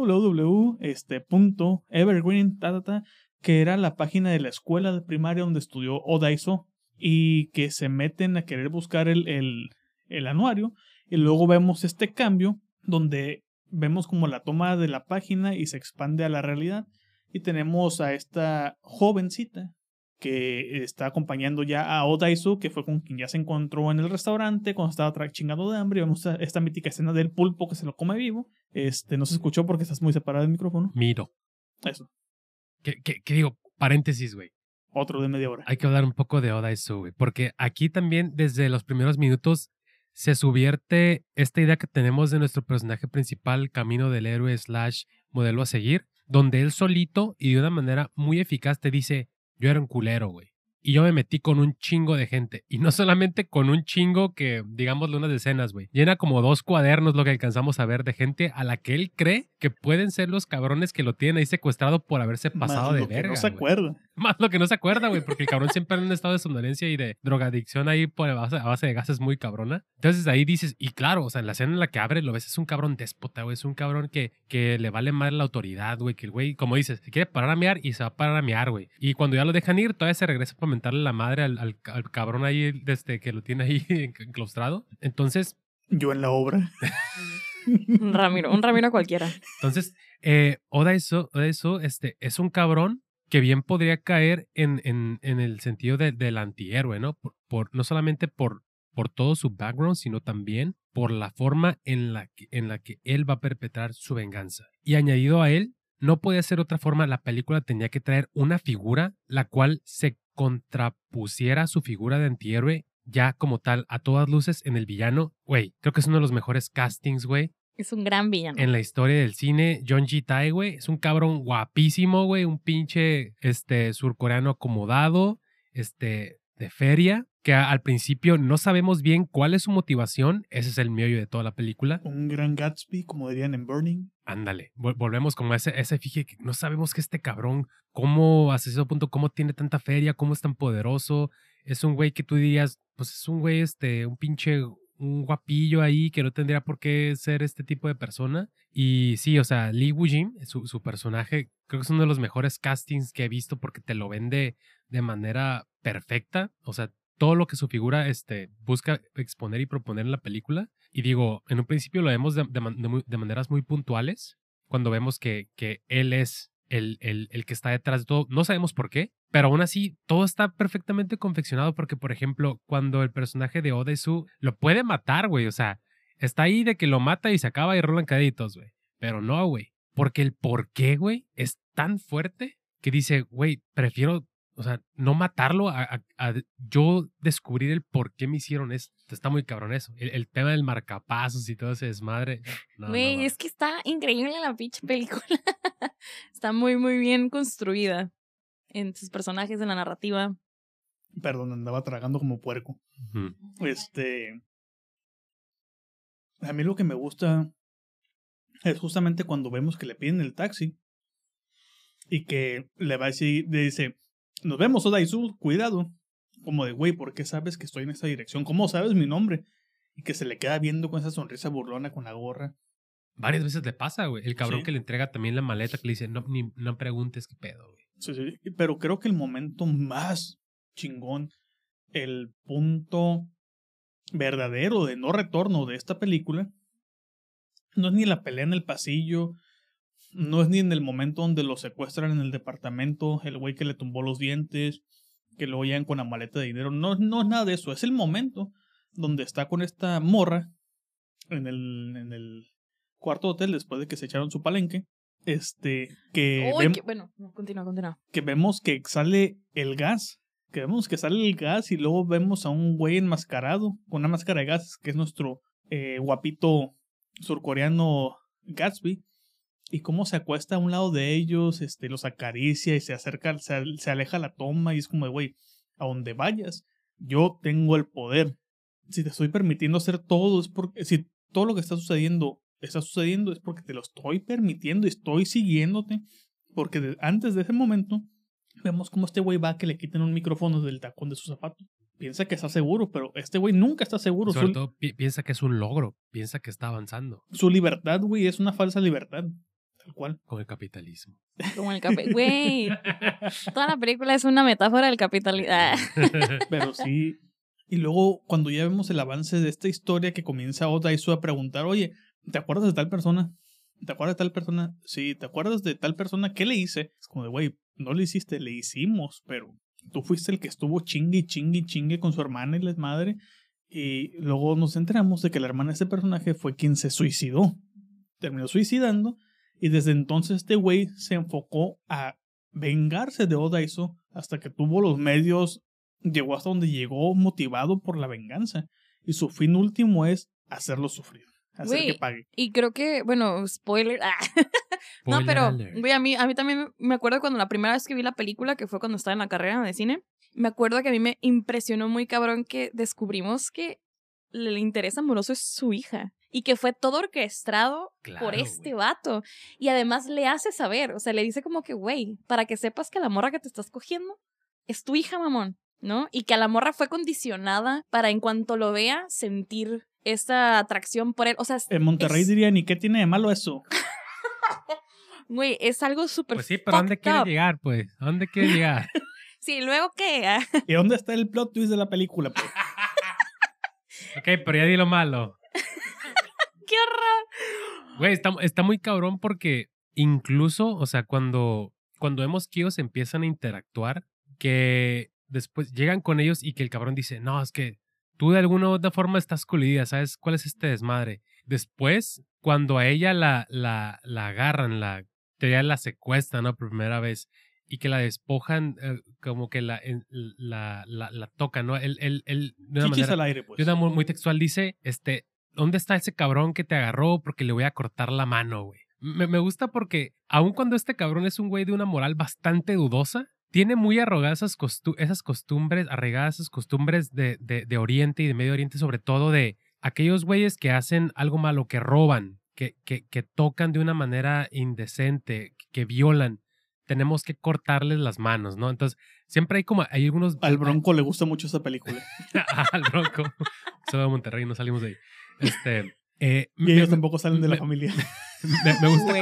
www.evergreen, que era la página de la escuela de primaria donde estudió Odaizo, y que se meten a querer buscar el anuario, y luego vemos este cambio donde vemos como la toma de la página y se expande a la realidad, y tenemos a esta jovencita que está acompañando ya a Odaizo, que fue con quien ya se encontró en el restaurante cuando estaba chingado de hambre. Y vemos esta mítica escena del pulpo que se lo come vivo. No se escuchó porque estás muy separado del micrófono. Miro. Eso. ¿Qué digo? Paréntesis, güey. Otro de media hora. Hay que hablar un poco de Odaizo, güey. Porque aquí también, desde los primeros minutos, se subvierte esta idea que tenemos de nuestro personaje principal, camino del héroe / modelo a seguir, donde él solito y de una manera muy eficaz te dice, yo era un culero, güey. Y yo me metí con un chingo de gente. Y no solamente con un chingo que, digámosle, unas decenas, güey. Llena como 2 cuadernos lo que alcanzamos a ver de gente a la que él cree que pueden ser los cabrones que lo tienen ahí secuestrado por haberse pasado de verga. No se acuerda. Más lo que no se acuerda, güey, porque el cabrón siempre en un estado de somnolencia y de drogadicción ahí a base de gases muy cabrona. Entonces ahí dices, y claro, o sea, en la escena en la que abre lo ves, es un cabrón déspota, güey, es un cabrón que le vale madre la autoridad, güey, que el güey, como dices, se quiere parar a mear y se va a parar a mear, güey. Y cuando ya lo dejan ir, todavía se regresa para mentarle la madre al cabrón ahí que lo tiene ahí enclaustrado. Entonces... Yo en la obra. Un Ramiro cualquiera. Entonces, Odaizo es un cabrón que bien podría caer en el sentido del antihéroe, ¿no? No solamente por todo su background, sino también por la forma en la que él va a perpetrar su venganza. Y añadido a él, no podía ser otra forma, la película tenía que traer una figura la cual se contrapusiera a su figura de antihéroe ya como tal, a todas luces, en el villano. Güey, creo que es uno de los mejores castings, güey. Es un gran villano. En la historia del cine, John G. Tai, güey, es un cabrón guapísimo, güey, un pinche surcoreano acomodado, de feria, que al principio no sabemos bien cuál es su motivación. Ese es el meollo de toda la película. Un gran Gatsby, como dirían en Burning. Ándale, volvemos como a ese fije que no sabemos que este cabrón, cómo, hasta ese punto, cómo tiene tanta feria, cómo es tan poderoso. Es un güey que tú dirías, pues es un güey, un pinche... un guapillo ahí que no tendría por qué ser este tipo de persona. Y sí, o sea, Lee Woo-jin, su personaje, creo que es uno de los mejores castings que he visto porque te lo vende de manera perfecta. O sea, todo lo que su figura busca exponer y proponer en la película. Y digo, en un principio lo vemos de maneras muy puntuales, cuando vemos que él es el que está detrás de todo. No sabemos por qué, pero aún así todo está perfectamente confeccionado porque, por ejemplo, cuando el personaje de Odaizo lo puede matar, güey, o sea, está ahí de que lo mata y se acaba y rolan créditos, güey. Pero no, güey, porque el por qué, güey, es tan fuerte que dice, güey, prefiero, o sea, no matarlo a yo descubrir el por qué me hicieron esto. Está muy cabrón eso. El tema del marcapasos y todo ese desmadre. Güey, es que está increíble la pinche película. Está muy, muy bien construida en sus personajes, en la narrativa. Perdón, andaba tragando como puerco. Uh-huh. A mí lo que me gusta es justamente cuando vemos que le piden el taxi y que le va a decir, le dice, nos vemos, Odaizo, cuidado. Como de, güey, ¿por qué sabes que estoy en esta dirección? ¿Cómo sabes mi nombre? Y que se le queda viendo con esa sonrisa burlona con la gorra. Varias veces le pasa, güey. El cabrón Sí. que le entrega también la maleta que le dice, no preguntes qué pedo, güey. Sí, pero creo que el momento más chingón, el punto verdadero de no retorno de esta película, no es ni la pelea en el pasillo, no es ni en el momento donde lo secuestran en el departamento, el güey que le tumbó los dientes, que lo llegan con la maleta de dinero, no es nada de eso, es el momento donde está con esta morra en el cuarto de hotel después de que se echaron su palenque, Bueno, continúa. que vemos que sale el gas que vemos que sale el gas y luego vemos a un güey enmascarado con una máscara de gas, que es nuestro guapito surcoreano Gatsby, y cómo se acuesta a un lado de ellos, los acaricia y se acerca, se aleja la toma y es como de, güey, a donde vayas, yo tengo el poder. Si te estoy permitiendo hacer todo, es porque, si todo lo que está sucediendo es porque te lo estoy permitiendo y estoy siguiéndote, porque antes de ese momento vemos cómo este güey va a que le quiten un micrófono del tacón de su zapato. Piensa que está seguro, pero este güey nunca está seguro. Sobre todo piensa que es un logro, piensa que está avanzando. Su libertad, güey, es una falsa libertad. Tal cual. Con el capitalismo. Como el güey, toda la película es una metáfora del capitalismo. Pero sí. Y luego, cuando ya vemos el avance de esta historia que comienza Odaisu a preguntar, oye, ¿te acuerdas de tal persona? ¿Te acuerdas de tal persona? Sí, ¿te acuerdas de tal persona? ¿Qué le hice? Es como de, güey, no le hiciste, le hicimos, pero tú fuiste el que estuvo chingue con su hermana y la madre. Y luego nos enteramos de que la hermana de ese personaje fue quien se suicidó. Terminó suicidando. Y desde entonces este güey se enfocó a vengarse de Odaisu hasta que tuvo los medios, llegó hasta donde llegó motivado por la venganza. Y su fin último es hacerlo sufrir, hacer que pague. Y creo que, bueno, spoiler. No, pero, güey, a mí también me acuerdo cuando la primera vez que vi la película, que fue cuando estaba en la carrera de cine, me acuerdo que a mí me impresionó muy cabrón que descubrimos que el interés amoroso es su hija. Y que fue todo orquestado por este vato. Y además le hace saber, o sea, le dice como que, güey, para que sepas que la morra que te estás cogiendo es tu hija, mamón, ¿no? Y que a la morra fue condicionada para en cuanto lo vea sentir esta atracción por él. O sea, en Monterrey dirían, ¿y qué tiene de malo eso? Güey, es algo súper Pues sí, pero ¿a dónde quiere llegar, pues? ¿A dónde quiere llegar? Sí, ¿luego qué? ¿Y dónde está el plot twist de la película, pues? Ok, pero ya di lo malo. ¡Qué horror! Güey, está muy cabrón porque incluso, o sea, cuando vemos que ellos empiezan a interactuar, que después llegan con ellos y que el cabrón dice, no, es que tú de alguna u otra forma estás coludida, ¿sabes cuál es este desmadre? Después, cuando a ella la agarran, la secuestran, ¿no? Por primera vez, y que la despojan, como que la tocan, ¿no? Él de una Chichis manera, al aire, pues. De una muy textual dice, ¿dónde está ese cabrón que te agarró? Porque le voy a cortar la mano, güey. Me gusta porque, aun cuando este cabrón es un güey de una moral bastante dudosa, tiene muy arraigadas esas costumbres de Oriente y de Medio Oriente, sobre todo de aquellos güeyes que hacen algo malo, que roban, que tocan de una manera indecente, que violan. Tenemos que cortarles las manos, ¿no? Entonces, siempre hay algunos... Al Bronco le gusta mucho esa película. Al Bronco. Soy de Monterrey, no salimos de ahí. Y ellos tampoco salen de la familia. Me gusta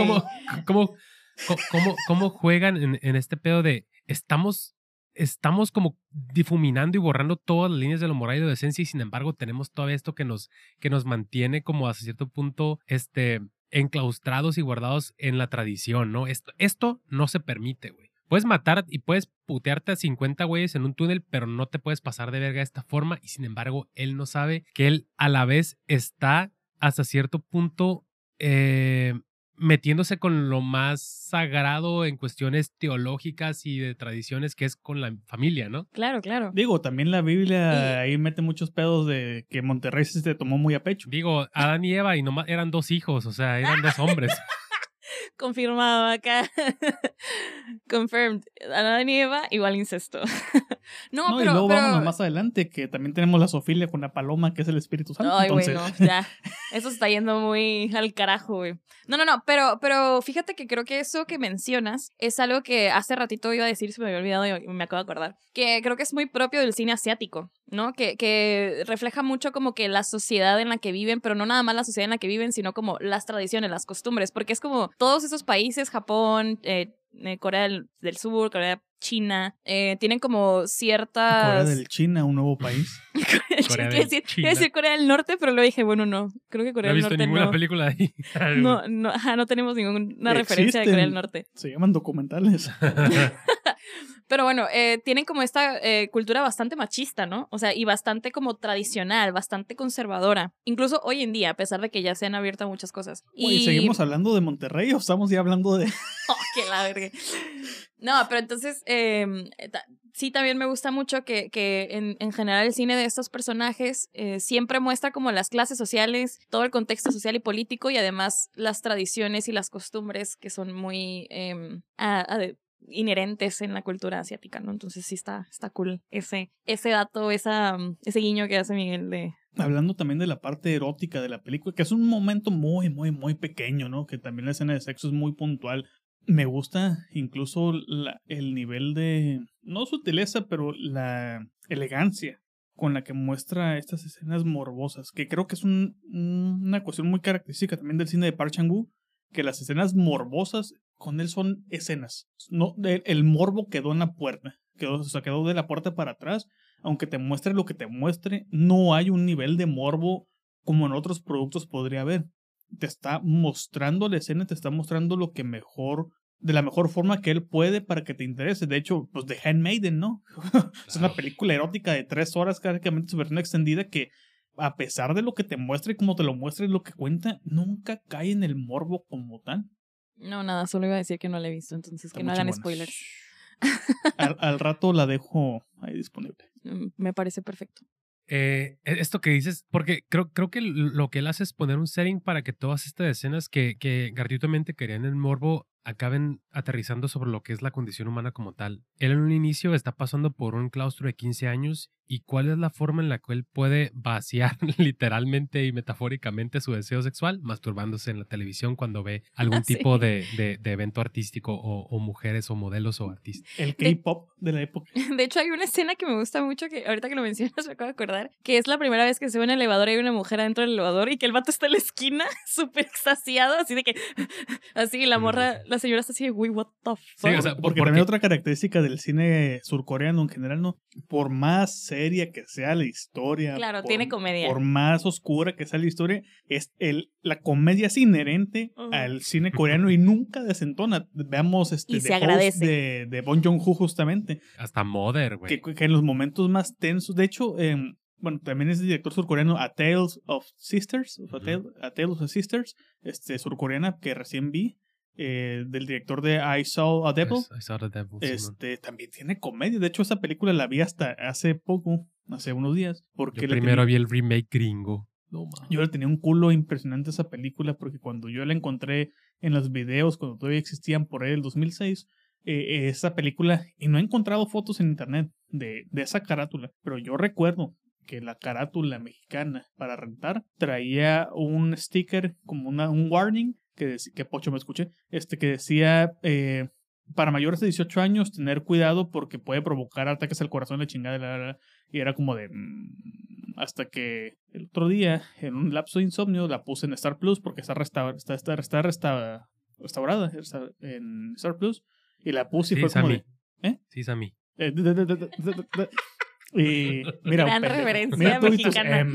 cómo juegan en este pedo de estamos como difuminando y borrando todas las líneas de lo moral y de decencia, y sin embargo tenemos todo esto que nos mantiene como hasta cierto punto enclaustrados y guardados en la tradición, ¿no? Esto no se permite, güey. Puedes matar y puedes putearte a 50 güeyes en un túnel, pero no te puedes pasar de verga de esta forma, y sin embargo él no sabe que él a la vez está hasta cierto punto metiéndose con lo más sagrado en cuestiones teológicas y de tradiciones, que es con la familia, ¿no? Claro, claro. Digo, también la Biblia ahí mete muchos pedos de que Monterrey se tomó muy a pecho. Digo, Adán y Eva, y nomás eran 2 hijos, o sea, eran 2 hombres. Confirmado acá. Confirmed. Adán y Eva, igual incesto. No, pero... Y luego vámonos más adelante, que también tenemos la zoofilia con la paloma, que es el Espíritu Santo. Ay, entonces... bueno, ya. Eso se está yendo muy al carajo, güey. No, pero fíjate que creo que eso que mencionas es algo que hace ratito iba a decir, se me había olvidado y me acabo de acordar. Que creo que es muy propio del cine asiático, ¿no? Que refleja mucho como que la sociedad en la que viven, pero no nada más la sociedad en la que viven, sino como las tradiciones, las costumbres, porque es como todos esos países, Japón, Corea del Sur, China, tienen como ciertas... Corea del China, un nuevo país. Quiero decir Corea del Norte, pero luego dije, bueno, no, creo que Corea del Norte no. No he visto ninguna película de ahí. No tenemos ninguna referencia de Corea del Norte. Se llaman documentales. Pero bueno, tienen como esta cultura bastante machista, ¿no? O sea, y bastante como tradicional, bastante conservadora. Incluso hoy en día, a pesar de que ya se han abierto muchas cosas. ¿Y seguimos hablando de Monterrey o estamos ya hablando de...? Oh, qué la verga. No, pero entonces sí también me gusta mucho que en general el cine de estos personajes siempre muestra como las clases sociales, todo el contexto social y político y además las tradiciones y las costumbres que son muy inherentes en la cultura asiática, ¿no? Entonces sí está cool ese dato, ese guiño que hace Miguel de... Hablando también de la parte erótica de la película, que es un momento muy, muy, muy pequeño, ¿no? Que también la escena de sexo es muy puntual. Me gusta incluso el nivel de, no sutileza, pero la elegancia con la que muestra estas escenas morbosas, que creo que es una cuestión muy característica también del cine de Park Chan-wook, que las escenas morbosas con él son escenas. No, el morbo quedó en la puerta, quedó de la puerta para atrás. Aunque te muestre lo que te muestre, no hay un nivel de morbo como en otros productos podría haber. Te está mostrando la escena, te está mostrando lo que mejor, de la mejor forma que él puede para que te interese. De hecho, pues The Handmaiden, ¿no? Es una película erótica de 3 horas, prácticamente su versión extendida, que a pesar de lo que te muestra y como te lo muestra y lo que cuenta, nunca cae en el morbo como tal. No, nada, solo iba a decir que no la he visto, entonces Está que no muy hagan chingona. spoilers. Al rato la dejo ahí disponible. Me parece perfecto. Esto que dices, porque creo que lo que él hace es poner un setting para que todas estas escenas que gratuitamente querían el morbo acaben aterrizando sobre lo que es la condición humana como tal. Él en un inicio está pasando por un claustro de 15 años y cuál es la forma en la que él puede vaciar literalmente y metafóricamente su deseo sexual, masturbándose en la televisión cuando ve algún tipo de evento artístico o mujeres o modelos o artistas. El K-pop de la época. De hecho, hay una escena que me gusta mucho, que ahorita que lo mencionas me acabo de acordar, que es la primera vez que se ve un elevador y hay una mujer adentro del elevador y que el vato está en la esquina súper extasiado, así de que, así, la morra, la señora está así de, uy, what the fuck. Sí, o sea, porque también otra característica del cine surcoreano en general, ¿no? Por más seria que sea la historia, Claro, tiene comedia. Por más oscura que sea la historia, la comedia es inherente al cine coreano y nunca desentona. Veamos y se The agradece. Host de Bong Joon-ho justamente. Hasta Mother, güey. Que en los momentos más tensos, de hecho, bueno, también es el director surcoreano A Tales of Sisters, A Tales of Sisters, surcoreana que recién vi. Del director de I Saw a Devil. I Saw the Devil, también tiene comedia. De hecho, esa película la vi hasta hace poco, hace unos días. Porque yo primero vi el remake gringo. No, yo le tenía un culo impresionante a esa película porque cuando yo la encontré en los videos, cuando todavía existían por ahí el 2006, esa película, y no he encontrado fotos en internet de esa carátula, pero yo recuerdo que la carátula mexicana para rentar traía un sticker como un warning que Pocho me escuché, que decía para mayores de 18 años tener cuidado porque puede provocar ataques al corazón, la chingada, y era como de hasta que el otro día en un lapso de insomnio la puse en Star Plus porque está restaurada en Star Plus y la puse y fue como de sí, Sammy. Y mira, gran reverencia mira mexicana.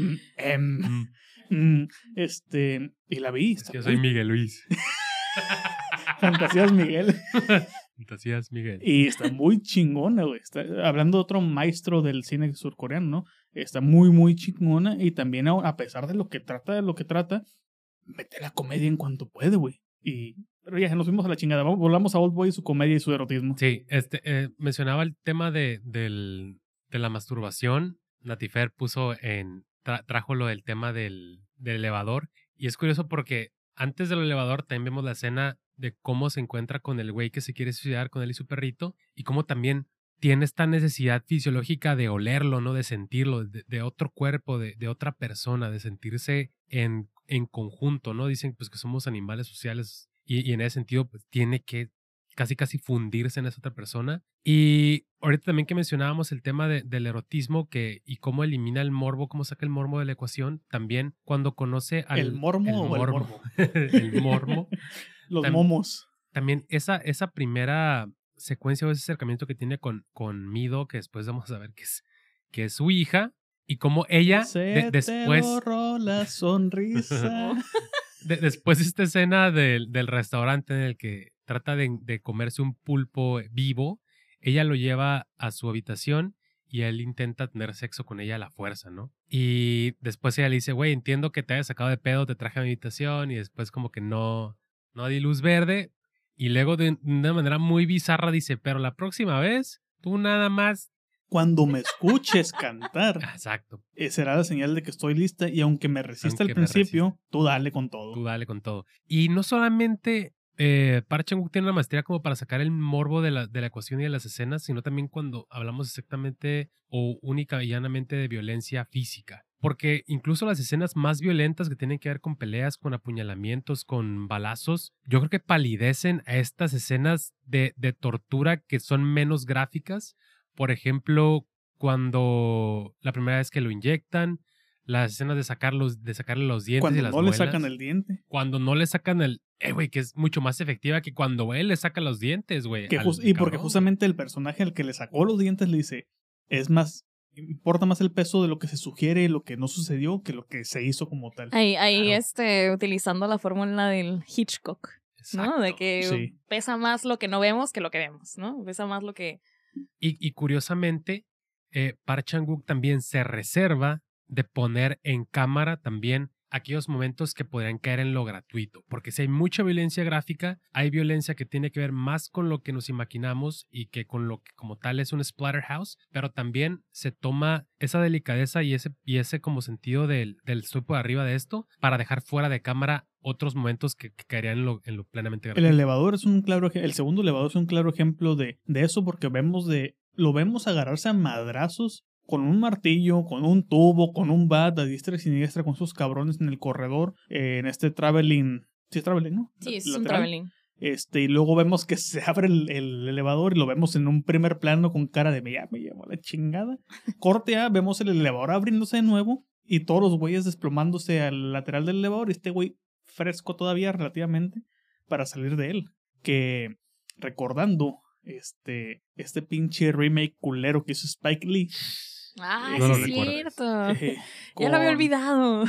Y la vi. Es que yo soy Miguel Luis. Fantasías Miguel. Fantasías Miguel. Y está muy chingona, güey. Hablando de otro maestro del cine surcoreano, ¿no? Está muy, muy chingona. Y también, a pesar de lo que trata, mete la comedia en cuanto puede, güey. Pero ya nos fuimos a la chingada. Volvamos a Oldboy y su comedia y su erotismo. Sí, mencionaba el tema de la masturbación. Natifer puso trajo lo del tema del elevador. Y es curioso porque antes del elevador también vemos la escena de cómo se encuentra con el güey que se quiere suicidar con él y su perrito. Y cómo también tiene esta necesidad fisiológica de olerlo, ¿no? De sentirlo, de otro cuerpo, de otra persona, de sentirse en conjunto, ¿no? Dicen pues que somos animales sociales y en ese sentido pues tiene que casi fundirse en esa otra persona. Y ahorita también que mencionábamos el tema del erotismo y cómo elimina el morbo, cómo saca el morbo de la ecuación, también cuando conoce al... ¿El mormo o el morbo? El mormo. Los momos. También esa primera secuencia o ese acercamiento que tiene con Mido, que después vamos a ver que es su hija, y cómo ella después... Te borró la sonrisa. Después de esta escena del restaurante en el que trata de comerse un pulpo vivo, ella lo lleva a su habitación y él intenta tener sexo con ella a la fuerza, ¿no? Y después ella le dice, güey, entiendo que te hayas sacado de pedo, te traje a mi habitación, y después como que no di luz verde, y luego de una manera muy bizarra dice, pero la próxima vez Tú nada más. Cuando me escuches cantar, Exacto. Será la señal de que estoy lista y aunque me resista Aunque al principio, tú dale con todo. Tú dale con todo. Y no solamente Park Chan-wook tiene una maestría como para sacar el morbo de la ecuación y de las escenas, sino también cuando hablamos exactamente o única y llanamente de violencia física. Porque incluso las escenas más violentas que tienen que ver con peleas, con apuñalamientos, con balazos, yo creo que palidecen a estas escenas de tortura que son menos gráficas. Por ejemplo, cuando la primera vez que lo inyectan, las escenas de sacarle los dientes cuando y las no muelas. le sacan el diente. Cuando no le sacan el... güey, que es mucho más efectiva que cuando él le saca los dientes, güey. Y porque justamente el personaje al que le sacó los dientes le dice, importa más el peso de lo que se sugiere, lo que no sucedió, que lo que se hizo como tal. Ahí Claro. utilizando la fórmula del Hitchcock, Exacto. ¿no? De que Sí. pesa más lo que no vemos que lo que vemos, ¿no? Pesa más lo que... Y curiosamente, Park Chan-wook también se reserva de poner en cámara también aquellos momentos que podrían caer en lo gratuito. Porque si hay mucha violencia gráfica, hay violencia que tiene que ver más con lo que nos imaginamos y que con lo que como tal es un splatterhouse, pero también se toma esa delicadeza y ese como sentido del estoy por arriba de esto para dejar fuera de cámara otros momentos que caerían en lo plenamente gratuito. El elevador es un claro el segundo elevador es un claro ejemplo de eso porque lo vemos agarrarse a madrazos con un martillo, con un tubo, con un bat a diestra y siniestra con sus cabrones en el corredor, en este traveling, sí es traveling, ¿no? Sí, es Lateral. un traveling. Y luego vemos que se abre el elevador y lo vemos en un primer plano con cara de me llevo la chingada. Corte A, vemos el elevador abriéndose de nuevo y todos los güeyes desplomándose al lateral del elevador y este güey fresco todavía relativamente para salir de él. Que recordando este pinche remake culero que hizo Spike Lee. Ah, No sí lo es recuerdas. cierto. Ya lo había olvidado.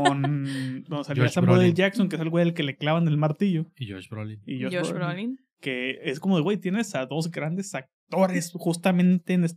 Cuando salió George Samuel L. Brolin. Jackson, que es el güey al que le clavan el martillo. Y Josh Brolin. Y Josh Brolin. Que es como de, güey, tienes a dos grandes actores justamente en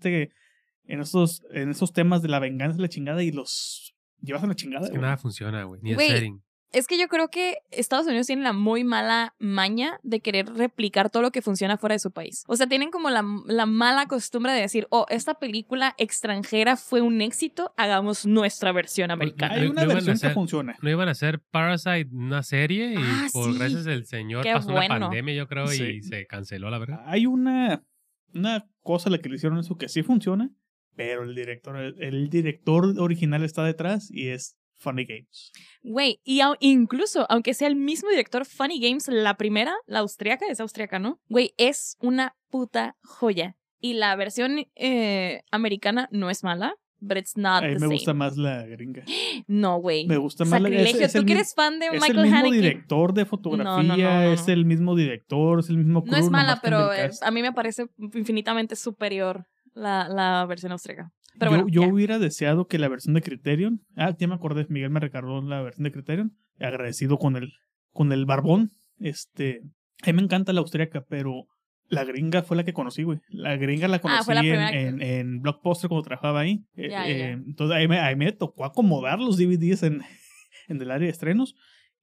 esos temas de la venganza y la chingada y los llevas a la chingada. Es que güey. nada funciona, güey. Ni el Güey, setting. Es que yo creo que Estados Unidos tiene la muy mala maña de querer replicar todo lo que funciona fuera de su país. O sea, tienen como la mala costumbre de decir, esta película extranjera fue un éxito, hagamos nuestra versión americana. Hay una no iban a versión que hacer- funciona. No iban a hacer Parasite una serie y por Sí. gracias del señor Qué pasó bueno. una pandemia, yo creo, Sí. y se canceló, la verdad. Hay una cosa a la que le hicieron eso que sí funciona, pero el director original está detrás y es Funny Games. Güey, y incluso, aunque sea el mismo director Funny Games, la primera, la austríaca, es austríaca, ¿no? Güey, es una puta joya. Y la versión americana no es mala, but it's not A mí the me same. gusta más la gringa. No, güey. Me gusta más Sacrilegio. es ¿Tú el que mi- eres fan de Es el Michael mismo Haneke? director de fotografía, No. es el mismo director, es el mismo crew. No es mala, nomás pero cambia el cast. a mí me parece infinitamente superior la versión austríaca. Pero bueno, yo ya. hubiera deseado que la versión de Criterion. Ya me acordé, Miguel me recargó la versión de Criterion. Agradecido con el barbón. A mí me encanta la austríaca, pero la gringa fue la que conocí, güey. La gringa la conocí fue la primera en Blockbuster cuando trabajaba ahí. Ya. Entonces ahí me tocó acomodar los DVDs en el área de estrenos.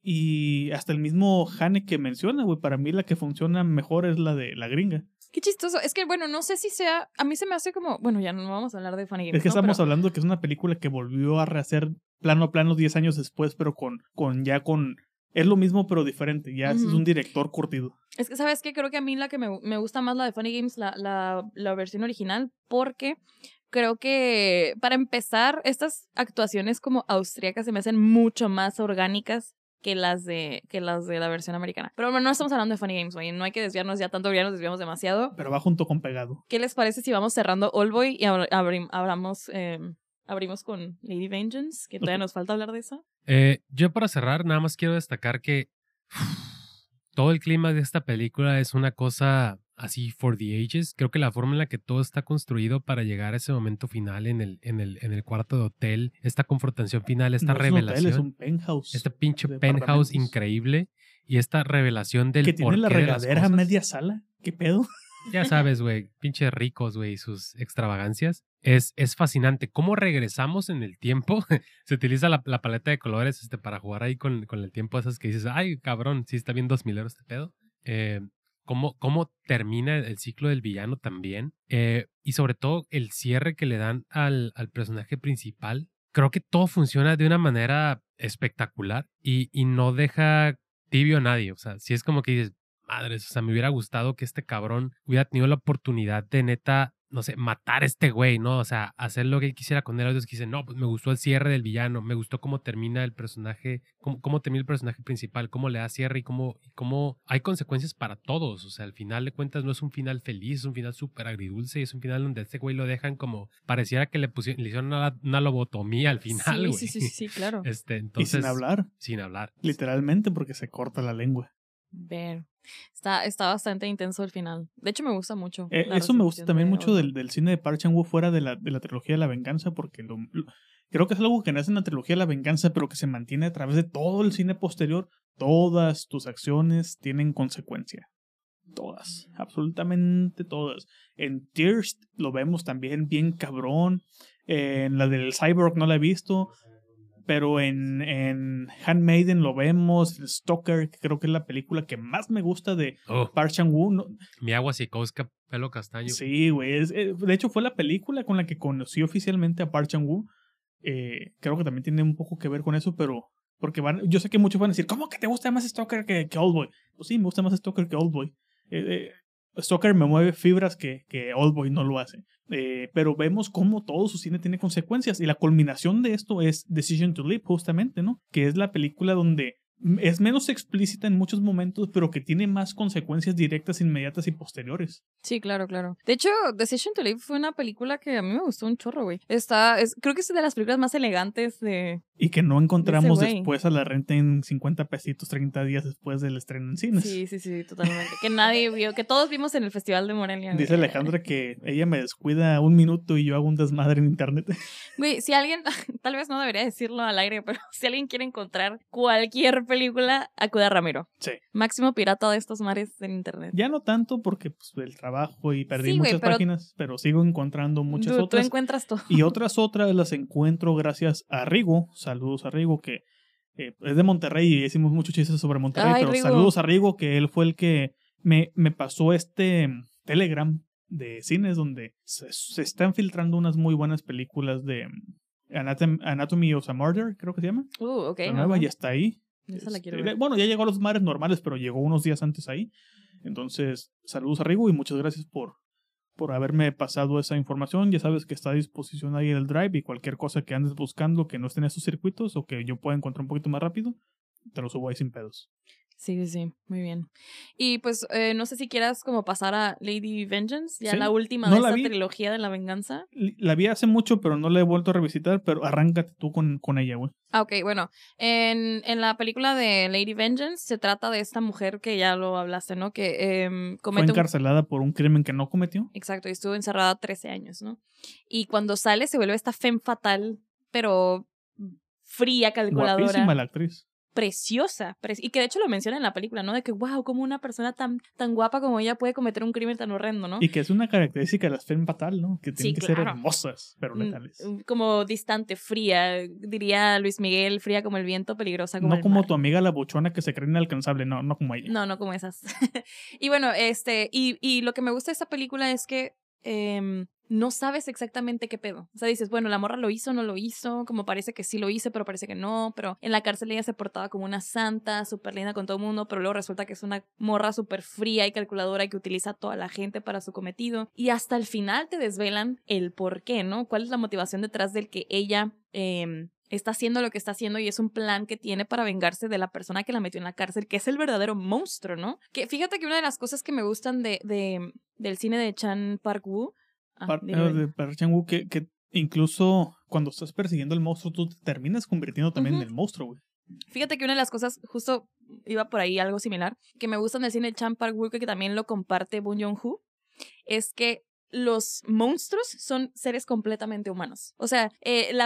Y hasta el mismo Haneke que menciona, güey. Para mí la que funciona mejor es la de la gringa. Qué chistoso. Es que, bueno, no sé si sea... A mí se me hace como... Bueno, ya no vamos a hablar de Funny Games, Es que ¿no? estamos Pero- hablando que es una película que volvió a rehacer plano a plano 10 años después, pero con es lo mismo pero diferente, ya es Ujú. un director curtido. Es que, ¿sabes qué? Creo que a mí la que me gusta más la de Funny Games, la versión original, porque creo que, para empezar, estas actuaciones como austríacas se me hacen mucho más orgánicas que las de la versión americana. Pero bueno, no estamos hablando de Funny Games, güey. No hay que desviarnos ya tanto, ya nos desviamos demasiado. Pero va junto con pegado. ¿Qué les parece si vamos cerrando Oldboy y abrimos con Lady Vengeance? Que todavía nos falta hablar de eso. Yo para cerrar, nada más quiero destacar que todo el clima de esta película es una cosa así for the ages. Creo que la forma en la que todo está construido para llegar a ese momento final en el cuarto de hotel, esta confrontación final, esta No es un hotel, revelación, es un penthouse. este pinche de penthouse departamentos. increíble y esta revelación del Que tiene la porqué de las regadera a cosas. media sala. ¿Qué pedo? Ya sabes, güey, pinche ricos, güey, sus extravagancias. Es fascinante. ¿Cómo regresamos en el tiempo? Se utiliza la paleta de colores para jugar ahí con el tiempo esas que dices, ay, cabrón, sí está bien 2000 este pedo. cómo termina el ciclo del villano también. Y sobre todo el cierre que le dan al personaje principal. Creo que todo funciona de una manera espectacular y no deja tibio a nadie. O sea, si es como que dices, madres, o sea, me hubiera gustado que este cabrón hubiera tenido la oportunidad de neta, no sé, matar a este güey, ¿no? O sea, hacer lo que él quisiera con él. A veces que dicen, no, pues me gustó el cierre del villano, me gustó cómo termina el personaje, cómo termina el personaje principal, cómo le da cierre y cómo hay consecuencias para todos. O sea, al final de cuentas no es un final feliz, es un final súper agridulce y es un final donde a este güey lo dejan como, pareciera que le hicieron una lobotomía al final, güey. Sí, claro. Entonces, y sin hablar. Sin hablar. Literalmente porque se corta la lengua. Ver. Está bastante intenso el final. De hecho, me gusta mucho. Eso me gusta también mucho del cine de Park Chan-wook fuera de la trilogía de la venganza, porque creo que es algo que nace en la trilogía de la venganza, pero que se mantiene a través de todo el cine posterior. Todas tus acciones tienen consecuencia. Todas, absolutamente todas. En Tears lo vemos también bien cabrón. En la del Cyborg no la he visto. Pero en Handmaiden lo vemos, Stalker, que creo que es la película que más me gusta de Park Chan-wook. ¿No? Miyagi Wasikowska, pelo castaño. Sí, güey. De hecho, fue la película con la que conocí oficialmente a Park Chan-wook. Creo que también tiene un poco que ver con eso, pero... Porque yo sé que muchos van a decir, ¿cómo que te gusta más Stalker que Oldboy? Pues sí, me gusta más Stalker que Oldboy. Stalker me mueve fibras que Oldboy no lo hace. Pero vemos cómo todo su cine tiene consecuencias. Y la culminación de esto es Decision to Live, justamente, ¿no? Que es la película donde es menos explícita en muchos momentos, pero que tiene más consecuencias directas, inmediatas y posteriores. Sí, claro. De hecho, Decision to Live fue una película que a mí me gustó un chorro, güey. Creo que es de las películas más elegantes de... Y que no encontramos después a la renta en 50 pesitos 30 días después del estreno en cines. Sí, totalmente. Que nadie vio, que todos vimos en el Festival de Morelia. Dice Alejandra que ella me descuida un minuto y yo hago un desmadre en internet. Güey, si alguien, tal vez no debería decirlo al aire, pero si alguien quiere encontrar cualquier película, acude a Ramiro. Sí. Máximo pirata de estos mares en internet. Ya no tanto porque pues, el trabajo y perdí muchas páginas, pero sigo encontrando muchas otras. Tú encuentras todo. Y otras las encuentro gracias a Rigo. Saludos a Rigo, que es de Monterrey y hicimos muchos chistes sobre Monterrey. Pero Rigo. Saludos a Rigo, que él fue el que me pasó este Telegram de cines donde se están filtrando unas muy buenas películas de Anatomy of a Murder, creo que se llama. Ok. La nueva ya está ahí. Esa la quiero ver. Bueno, ya llegó a los mares normales, pero llegó unos días antes ahí. Entonces, saludos a Rigo y muchas gracias por haberme pasado esa información. Ya sabes que está a disposición ahí en el Drive y cualquier cosa que andes buscando que no esté en esos circuitos o que yo pueda encontrar un poquito más rápido, te lo subo ahí sin pedos. Sí, muy bien. Y pues no sé si quieras como pasar a Lady Vengeance, ya la última de esta trilogía de la venganza. La vi hace mucho, pero no la he vuelto a revisitar, pero arráncate tú con ella, güey. Ok, bueno, en la película de Lady Vengeance se trata de esta mujer que ya lo hablaste, ¿no? Que comete fue encarcelada por un crimen que no cometió. Exacto, y estuvo encerrada 13 años, ¿no? Y cuando sale se vuelve esta femme fatal, pero fría, calculadora. Guapísima la actriz. Preciosa, y que de hecho lo menciona en la película, ¿no? De que, wow, como una persona tan guapa como ella puede cometer un crimen tan horrendo, ¿no? Y que es una característica de las femme fatal, ¿no? Que tienen que ser hermosas, pero letales. Como distante, fría, diría Luis Miguel, fría como el viento, peligrosa como el como mar. Tu amiga la buchona que se cree inalcanzable, no como ella. No como esas. Y bueno, y lo que me gusta de esta película es que no sabes exactamente qué pedo. O sea, dices, bueno, la morra lo hizo, no lo hizo, como parece que sí lo hice, pero parece que no, pero en la cárcel ella se portaba como una santa, súper linda con todo el mundo, pero luego resulta que es una morra súper fría y calculadora que utiliza a toda la gente para su cometido. Y hasta el final te desvelan el por qué, ¿no? ¿Cuál es la motivación detrás del que ella está haciendo lo que está haciendo y es un plan que tiene para vengarse de la persona que la metió en la cárcel, que es el verdadero monstruo, ¿no? Que fíjate que una de las cosas que me gustan del cine de Chan Park-wook de Park Chan-wook, que incluso cuando estás persiguiendo al monstruo, tú te terminas convirtiendo también en el monstruo, güey. Fíjate que una de las cosas, justo iba por ahí algo similar, que me gustan del cine de Chan Park-wook, que también lo comparte Bong Joon-ho, es que los monstruos son seres completamente humanos. O sea, lo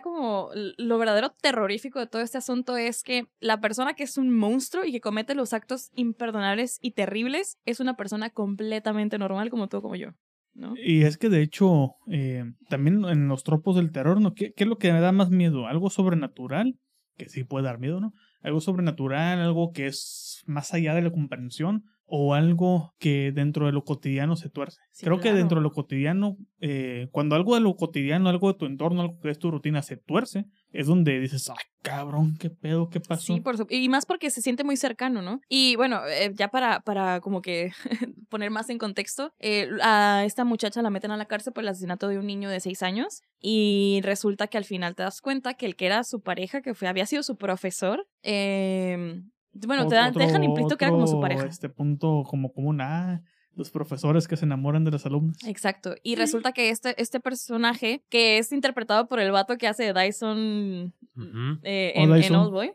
verdadero terrorífico de todo este asunto es que la persona que es un monstruo y que comete los actos imperdonables y terribles es una persona completamente normal como tú, como yo, ¿no? Y es que de hecho, también en los tropos del terror, ¿no? ¿Qué es lo que me da más miedo? ¿Algo sobrenatural? Que sí puede dar miedo, ¿no? Algo sobrenatural, algo que es más allá de la comprensión, o algo que dentro de lo cotidiano se tuerce. Sí, Creo que claro. dentro de lo cotidiano, cuando algo de lo cotidiano, algo de tu entorno, algo que es tu rutina se tuerce, es donde dices, ay, cabrón, qué pedo, qué pasó. Sí, y más porque se siente muy cercano, ¿no? Y bueno, ya para como que poner más en contexto, a esta muchacha la meten a la cárcel por el asesinato de un niño de 6 años y resulta que al final te das cuenta que el que era su pareja, que había sido su profesor, bueno, te dejan implícito que era como su pareja. Punto como los profesores que se enamoran de las alumnas. Exacto. Y resulta que este personaje, que es interpretado por el vato que hace de Dyson en Oldboy,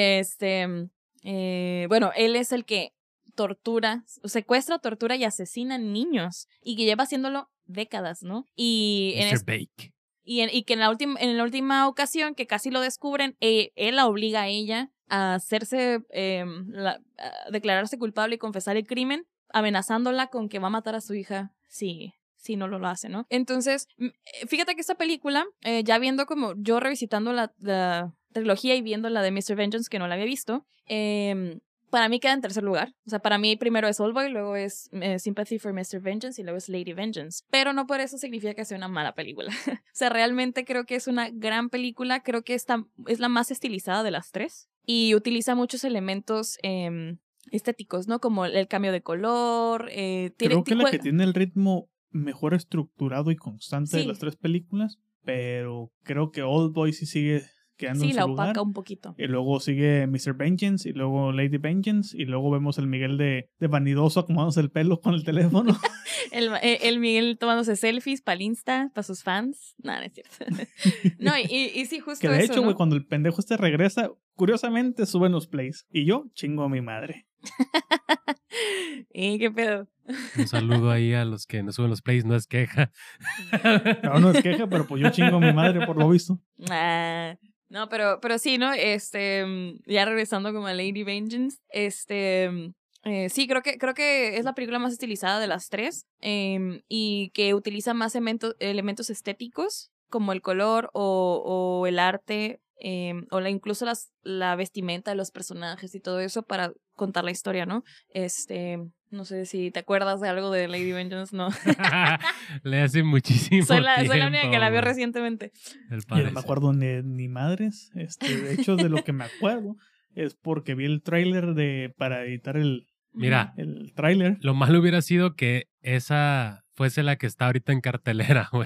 bueno, él es el que secuestra, tortura y asesina niños. Y que lleva haciéndolo décadas, ¿no? Y Mr. Bake. Y que en la última ocasión que casi lo descubren, él la obliga a ella a hacerse, a declararse culpable y confesar el crimen, amenazándola con que va a matar a su hija si no lo hace, ¿no? Entonces, fíjate que esta película, ya viendo como yo revisitando la trilogía y viendo la de Mr. Vengeance, que no la había visto, para mí queda en tercer lugar. O sea, para mí primero es Oldboy, luego es Sympathy for Mr. Vengeance y luego es Lady Vengeance. Pero no por eso significa que sea una mala película. O sea, realmente creo que es una gran película. Creo que es la más estilizada de las tres. Y utiliza muchos elementos estéticos, ¿no? Como el cambio de color. Creo que la que tiene el ritmo mejor estructurado y constante de Sí. las tres películas. Pero creo que Oldboy sí sigue quedando en su la lugar. opaca un poquito. Y luego sigue Mr. Vengeance y luego Lady Vengeance y luego vemos el Miguel de vanidoso acomodándose el pelo con el teléfono. el Miguel tomándose selfies para el Insta, para sus fans. Nada, no es cierto. No, y sí, justo Que de eso, hecho, güey, ¿no? cuando el pendejo regresa, curiosamente suben los plays. Y yo chingo a mi madre. ¿Y qué pedo? Un saludo ahí a los que nos suben los plays, no es queja. No es queja, pero pues yo chingo a mi madre por lo visto. No, pero sí, ¿no? Ya regresando como a Lady Vengeance, sí, creo que es la película más estilizada de las tres, y que utiliza más elementos estéticos, como el color o el arte, o incluso la vestimenta de los personajes y todo eso para contar la historia, ¿no? No sé si te acuerdas de algo de Lady Vengeance, ¿no? Le hace muchísimo soy la tiempo, única que la vio güey. recientemente. Yo no me acuerdo ni madres. De hecho, de lo que me acuerdo es porque vi el tráiler para editar el tráiler. Lo malo hubiera sido que esa fuese la que está ahorita en cartelera, güey.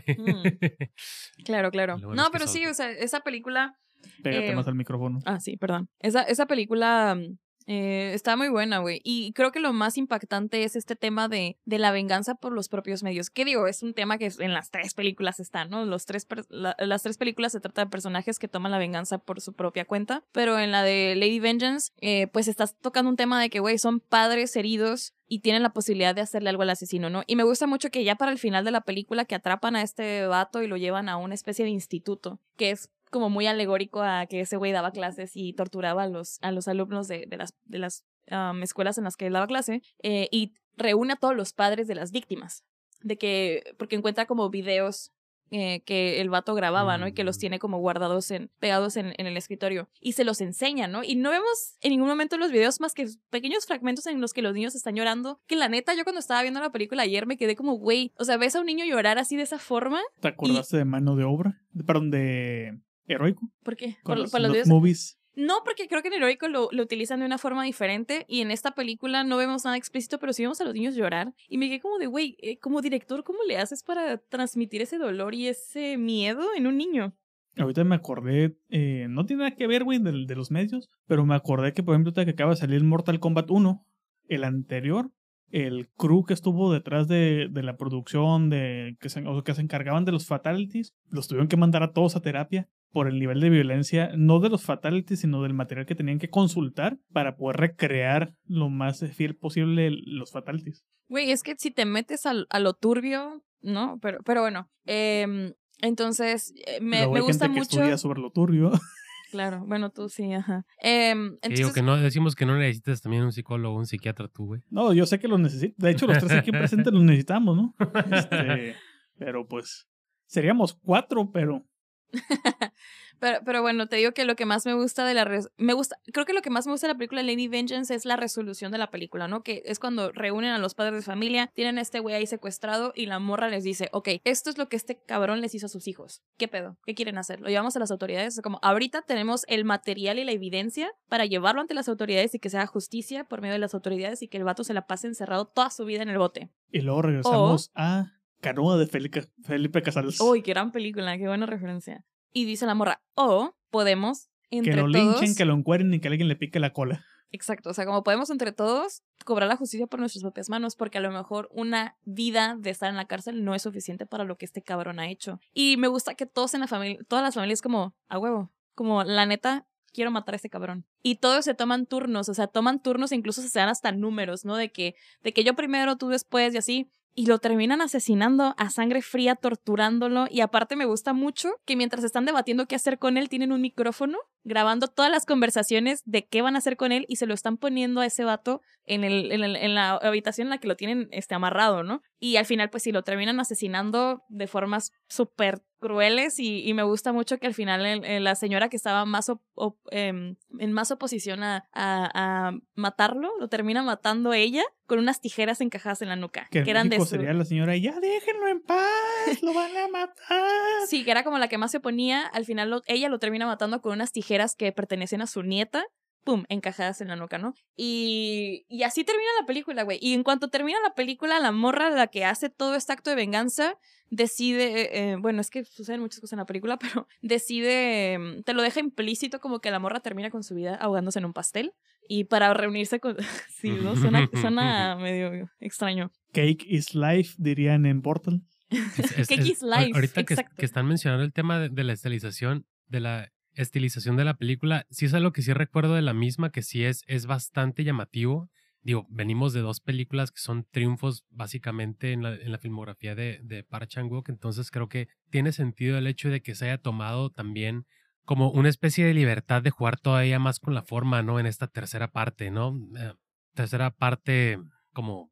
Claro. Bueno, No, es que pero sí, o sea, esa película... Pégate más al micrófono. Sí, perdón. Esa película está muy buena, güey. Y creo que lo más impactante es este tema de la venganza por los propios medios. ¿Qué digo? Es un tema que en las tres películas está, ¿no? Las tres películas se trata de personajes que toman la venganza por su propia cuenta. Pero en la de Lady Vengeance, pues estás tocando un tema de que, güey, son padres heridos y tienen la posibilidad de hacerle algo al asesino, ¿no? Y me gusta mucho que ya para el final de la película que atrapan a este vato y lo llevan a una especie de instituto, que es como muy alegórico a que ese güey daba clases y torturaba a los alumnos de las escuelas en las que él daba clase, y reúne a todos los padres de las víctimas, porque encuentra como videos que el vato grababa, ¿no? Y que los tiene como guardados pegados en el escritorio. Y se los enseña, ¿no? Y no vemos en ningún momento los videos más que pequeños fragmentos en los que los niños están llorando. Que la neta, yo cuando estaba viendo la película ayer me quedé como, güey, o sea, ¿ves a un niño llorar así de esa forma? ¿Te acordaste de Mano de Obra? Perdón, de Heroico. ¿Por qué? Con ¿Por los los videos? movies. No, porque creo que en Heroico lo utilizan de una forma diferente y en esta película no vemos nada explícito, pero sí vemos a los niños llorar. Y me quedé como de, güey, como director, ¿cómo le haces para transmitir ese dolor y ese miedo en un niño? Ahorita me acordé, no tiene nada que ver, güey, de los medios, pero me acordé que, por ejemplo, que acaba de salir Mortal Kombat 1, el anterior, el crew que estuvo detrás de la producción, que se encargaban de los fatalities, los tuvieron que mandar a todos a terapia por el nivel de violencia, no de los fatalities, sino del material que tenían que consultar para poder recrear lo más fiel posible los fatalities. Güey, es que si te metes a lo turbio, ¿no? Pero bueno, entonces me gusta gente que mucho. estudia sobre lo turbio. Claro, bueno, tú sí, ajá. Entonces, digo que no, decimos que no necesitas también un psicólogo, un psiquiatra tú, güey. No, yo sé que lo necesito. De hecho, los tres aquí presentes los necesitamos, ¿no? Pero pues, seríamos 4, pero Pero bueno, te digo que lo que más me gusta de creo que lo que más me gusta de la película Lady Vengeance es la resolución de la película, ¿no? Que es cuando reúnen a los padres de familia, tienen a este güey ahí secuestrado y la morra les dice, ok, esto es lo que este cabrón les hizo a sus hijos. ¿Qué pedo? ¿Qué quieren hacer? Lo llevamos a las autoridades. Es como, ahorita tenemos el material y la evidencia para llevarlo ante las autoridades y que se haga justicia por medio de las autoridades y que el vato se la pase encerrado toda su vida en el bote. Y luego regresamos a Canoa de Felipe Casals. Uy, qué gran película, qué buena referencia. Y dice la morra, podemos entre que lo todos... linchen, que lo encueren y que alguien le pique la cola. Exacto, o sea, como podemos entre todos cobrar la justicia por nuestras propias manos, porque a lo mejor una vida de estar en la cárcel no es suficiente para lo que este cabrón ha hecho. Y me gusta que todos en la familia, todas las familias como, a huevo, como la neta, quiero matar a este cabrón. Y todos se toman turnos, o sea, toman turnos e incluso se dan hasta números, ¿no? De que yo primero, tú después y así. Y lo terminan asesinando a sangre fría, torturándolo. Y aparte me gusta mucho que mientras están debatiendo qué hacer con él, tienen un micrófono grabando todas las conversaciones de qué van a hacer con él y se lo están poniendo a ese vato en la habitación en la que lo tienen amarrado, ¿no? Y al final, pues sí, lo terminan asesinando de formas súper crueles y me gusta mucho que al final la señora que estaba más en más oposición a matarlo, lo termina matando ella con unas tijeras encajadas en la nuca. Que eran de sería la señora, ya déjenlo en paz, lo van a matar. Sí, que era como la que más se oponía. Al final ella lo termina matando con unas tijeras que pertenecen a su nieta. Pum, encajadas en la nuca, ¿no? Y así termina la película, güey. Y en cuanto termina la película, la morra, la que hace todo este acto de venganza, decide, bueno, es que suceden muchas cosas en la película, pero decide, te lo deja implícito como que la morra termina con su vida ahogándose en un pastel. Y para reunirse con... sí, ¿no? Suena medio extraño. Cake is life, dirían en Portal. Cake is life, ahorita que están mencionando el tema de la estilización, de la estilización de la película, sí es algo que sí recuerdo de la misma, que sí es bastante llamativo. Digo, venimos de dos películas que son triunfos básicamente en la filmografía de Park Chan-wook, entonces creo que tiene sentido el hecho de que se haya tomado también como una especie de libertad de jugar todavía más con la forma, ¿no? En esta tercera parte, ¿no? Tercera parte como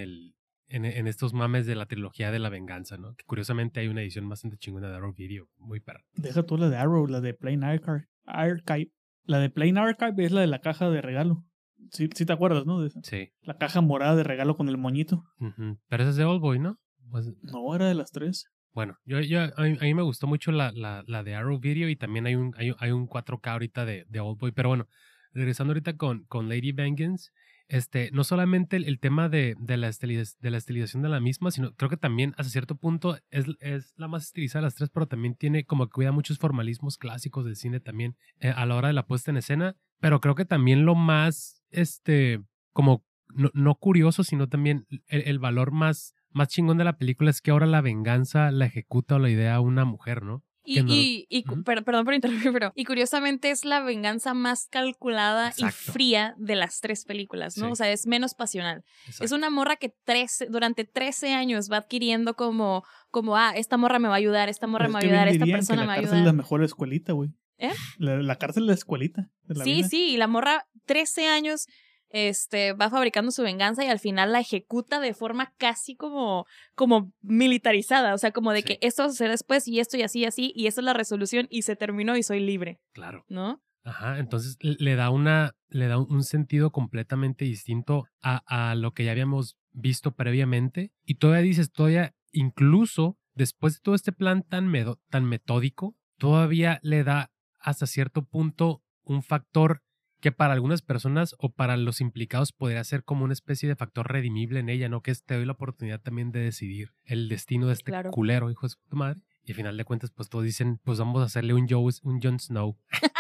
en estos mames de la trilogía de la venganza, ¿no? Que curiosamente hay una edición bastante chingona de Arrow Video, muy perra. Deja tú la de Arrow, la de Plain Archive. La de Plain Archive es la de la caja de regalo. Sí te acuerdas, ¿no? De esa. Sí. La caja morada de regalo con el moñito. Uh-huh. Pero esa es de Oldboy, ¿no? Pues, no, era de las tres. Bueno, a mí me gustó mucho la de Arrow Video y también hay un 4K ahorita de Oldboy. Pero bueno, regresando ahorita con Lady Vengeance, no solamente el tema de la estilización de la misma, sino creo que también hasta cierto punto es la más estilizada de las tres, pero también tiene como que cuida muchos formalismos clásicos del cine también a la hora de la puesta en escena, pero creo que también lo más, como no curioso, sino también el valor más chingón de la película es que ahora la venganza la ejecuta o la idea una mujer, ¿no? Perdón por interrumpir, pero y curiosamente es la venganza más calculada. Exacto. Y fría de las tres películas, ¿no? Sí. O sea, es menos pasional. Exacto. Es una morra que durante 13 años va adquiriendo como esta morra me va a ayudar, esta morra me va a ayudar, esta persona me va a ayudar. La cárcel es la mejor escuelita, güey. ¿Eh? La cárcel es la escuelita de la vida. Sí, y la morra 13 años va fabricando su venganza y al final la ejecuta de forma casi como militarizada, o sea, como de que esto va a suceder después y esto y así, y esa es la resolución y se terminó y soy libre. Claro. ¿No? Ajá, entonces le da un sentido completamente distinto a lo que ya habíamos visto previamente y todavía incluso después de todo este plan tan metódico, todavía le da hasta cierto punto un factor que para algunas personas o para los implicados podría ser como una especie de factor redimible en ella, ¿no? Que te doy la oportunidad también de decidir el destino de este culero, hijo de su madre. Y al final de cuentas, pues todos dicen, pues vamos a hacerle un Jon Snow.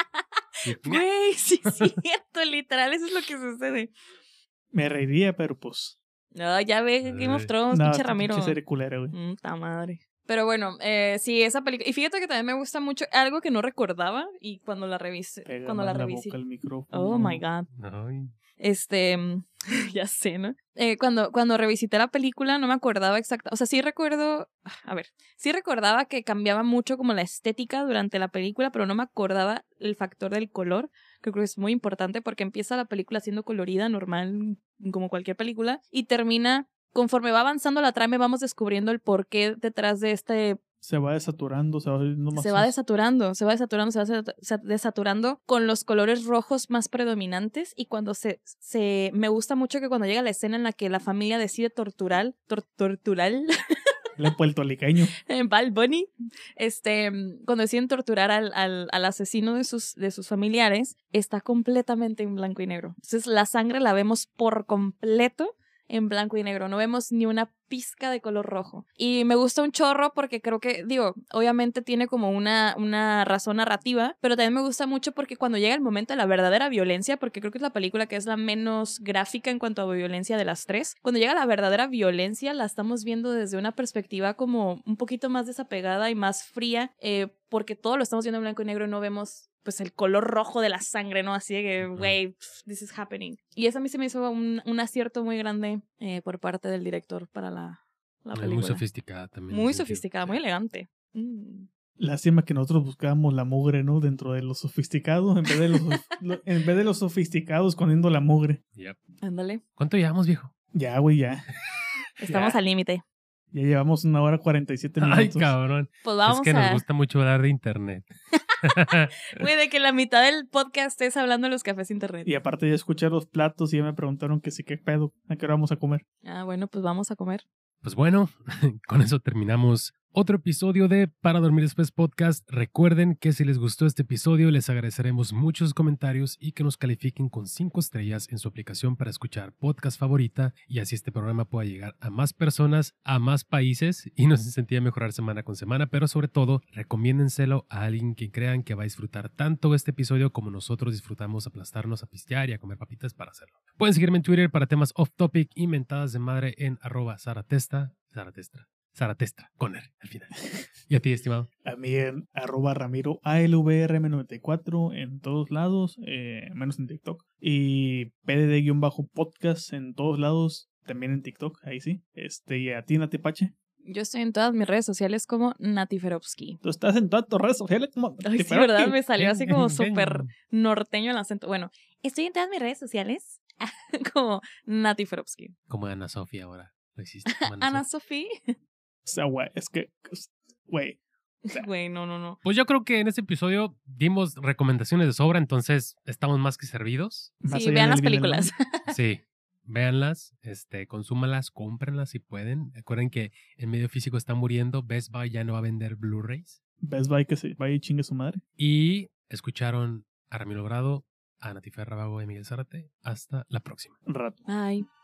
Güey, sí es cierto, literal, eso es lo que sucede. Me reiría, pero pues... No, ya ve Game of Thrones, pinche Ramiro. Pinche serie culera, güey. Ta madre. Pero bueno, sí, esa película. Y fíjate que también me gusta mucho algo que no recordaba y cuando la revisé. Cuando la revisé. Oh my God. Ay. Ya sé, ¿no? Cuando revisité la película no me acordaba exacta. O sea, sí recordaba que cambiaba mucho como la estética durante la película, pero no me acordaba el factor del color, que creo que es muy importante porque empieza la película siendo colorida, normal, como cualquier película, y termina. Conforme va avanzando la trama, vamos descubriendo el porqué detrás de Se va desaturando, se va volviendo más... Se va desaturando con los colores rojos más predominantes y cuando me gusta mucho que cuando llega la escena en la que la familia decide torturar El puertorriqueño. Bad Bunny, cuando deciden torturar al asesino de sus familiares, está completamente en blanco y negro. Entonces la sangre la vemos por completo en blanco y negro, no vemos ni una pizca de color rojo. Y me gusta un chorro porque creo que, obviamente tiene como una razón narrativa, pero también me gusta mucho porque cuando llega el momento de la verdadera violencia, porque creo que es la película que es la menos gráfica en cuanto a violencia de las tres, cuando llega la verdadera violencia la estamos viendo desde una perspectiva como un poquito más desapegada y más fría, porque todo lo estamos viendo en blanco y negro y no vemos pues el color rojo de la sangre, ¿no? Así de que, güey, this is happening. Y eso a mí se me hizo un acierto muy grande por parte del director para la película. Muy sofisticada también. Muy sofisticada, muy elegante. Lástima que nosotros buscábamos la mugre, ¿no? Dentro de lo sofisticado, en vez de los sofisticados escondiendo la mugre. Yep. Ándale. ¿Cuánto llevamos, viejo? Ya, güey, ya. Estamos al límite. Ya llevamos 1 hora 47 minutos. Ay, cabrón. Pues vamos es que nos gusta mucho hablar de internet. Güey, de que la mitad del podcast es hablando de los cafés internet. Y aparte ya escuché los platos y ya me preguntaron que sí, qué pedo, ¿a qué hora vamos a comer? Ah, bueno, pues vamos a comer. Pues bueno, con eso terminamos otro episodio de Para Dormir Después Podcast. Recuerden que si les gustó este episodio, les agradeceremos muchos comentarios y que nos califiquen con 5 estrellas en su aplicación para escuchar podcast favorita y así este programa pueda llegar a más personas, a más países y nos incentive a mejorar semana con semana, pero sobre todo, recomiéndenselo a alguien que crean que va a disfrutar tanto este episodio como nosotros disfrutamos aplastarnos a pistear y a comer papitas para hacerlo. Pueden seguirme en Twitter para temas off topic y mentadas de madre en @Zaratestra, con R al final. ¿Y a ti, estimado? A mí en @Ramiro ALVRM94 en todos lados, menos en TikTok. Y PDD-podcast en todos lados, también en TikTok, ahí sí. Y a ti, Nati Pache. Yo estoy en todas mis redes sociales como Nati Ferovsky. Tú estás en todas tus redes sociales como Ay, sí, ¿verdad? Me salió así como súper norteño el acento. Bueno, estoy en todas mis redes sociales como Nati Ferovsky. Como Ana Sofía ahora. Lo hiciste. Ana Sofía. O sea, güey, es que, güey. Güey, no. Pues yo creo que en este episodio dimos recomendaciones de sobra, entonces estamos más que servidos. Sí, vean las películas. Sí, véanlas, consúmalas, cómprenlas si pueden. Recuerden que el medio físico está muriendo. Best Buy ya no va a vender Blu-rays. Best Buy que se vaya y chingue su madre. Y escucharon a Ramiro Grado, a Nati Ferrabago y Miguel Zárate. Hasta la próxima. Rato. Bye.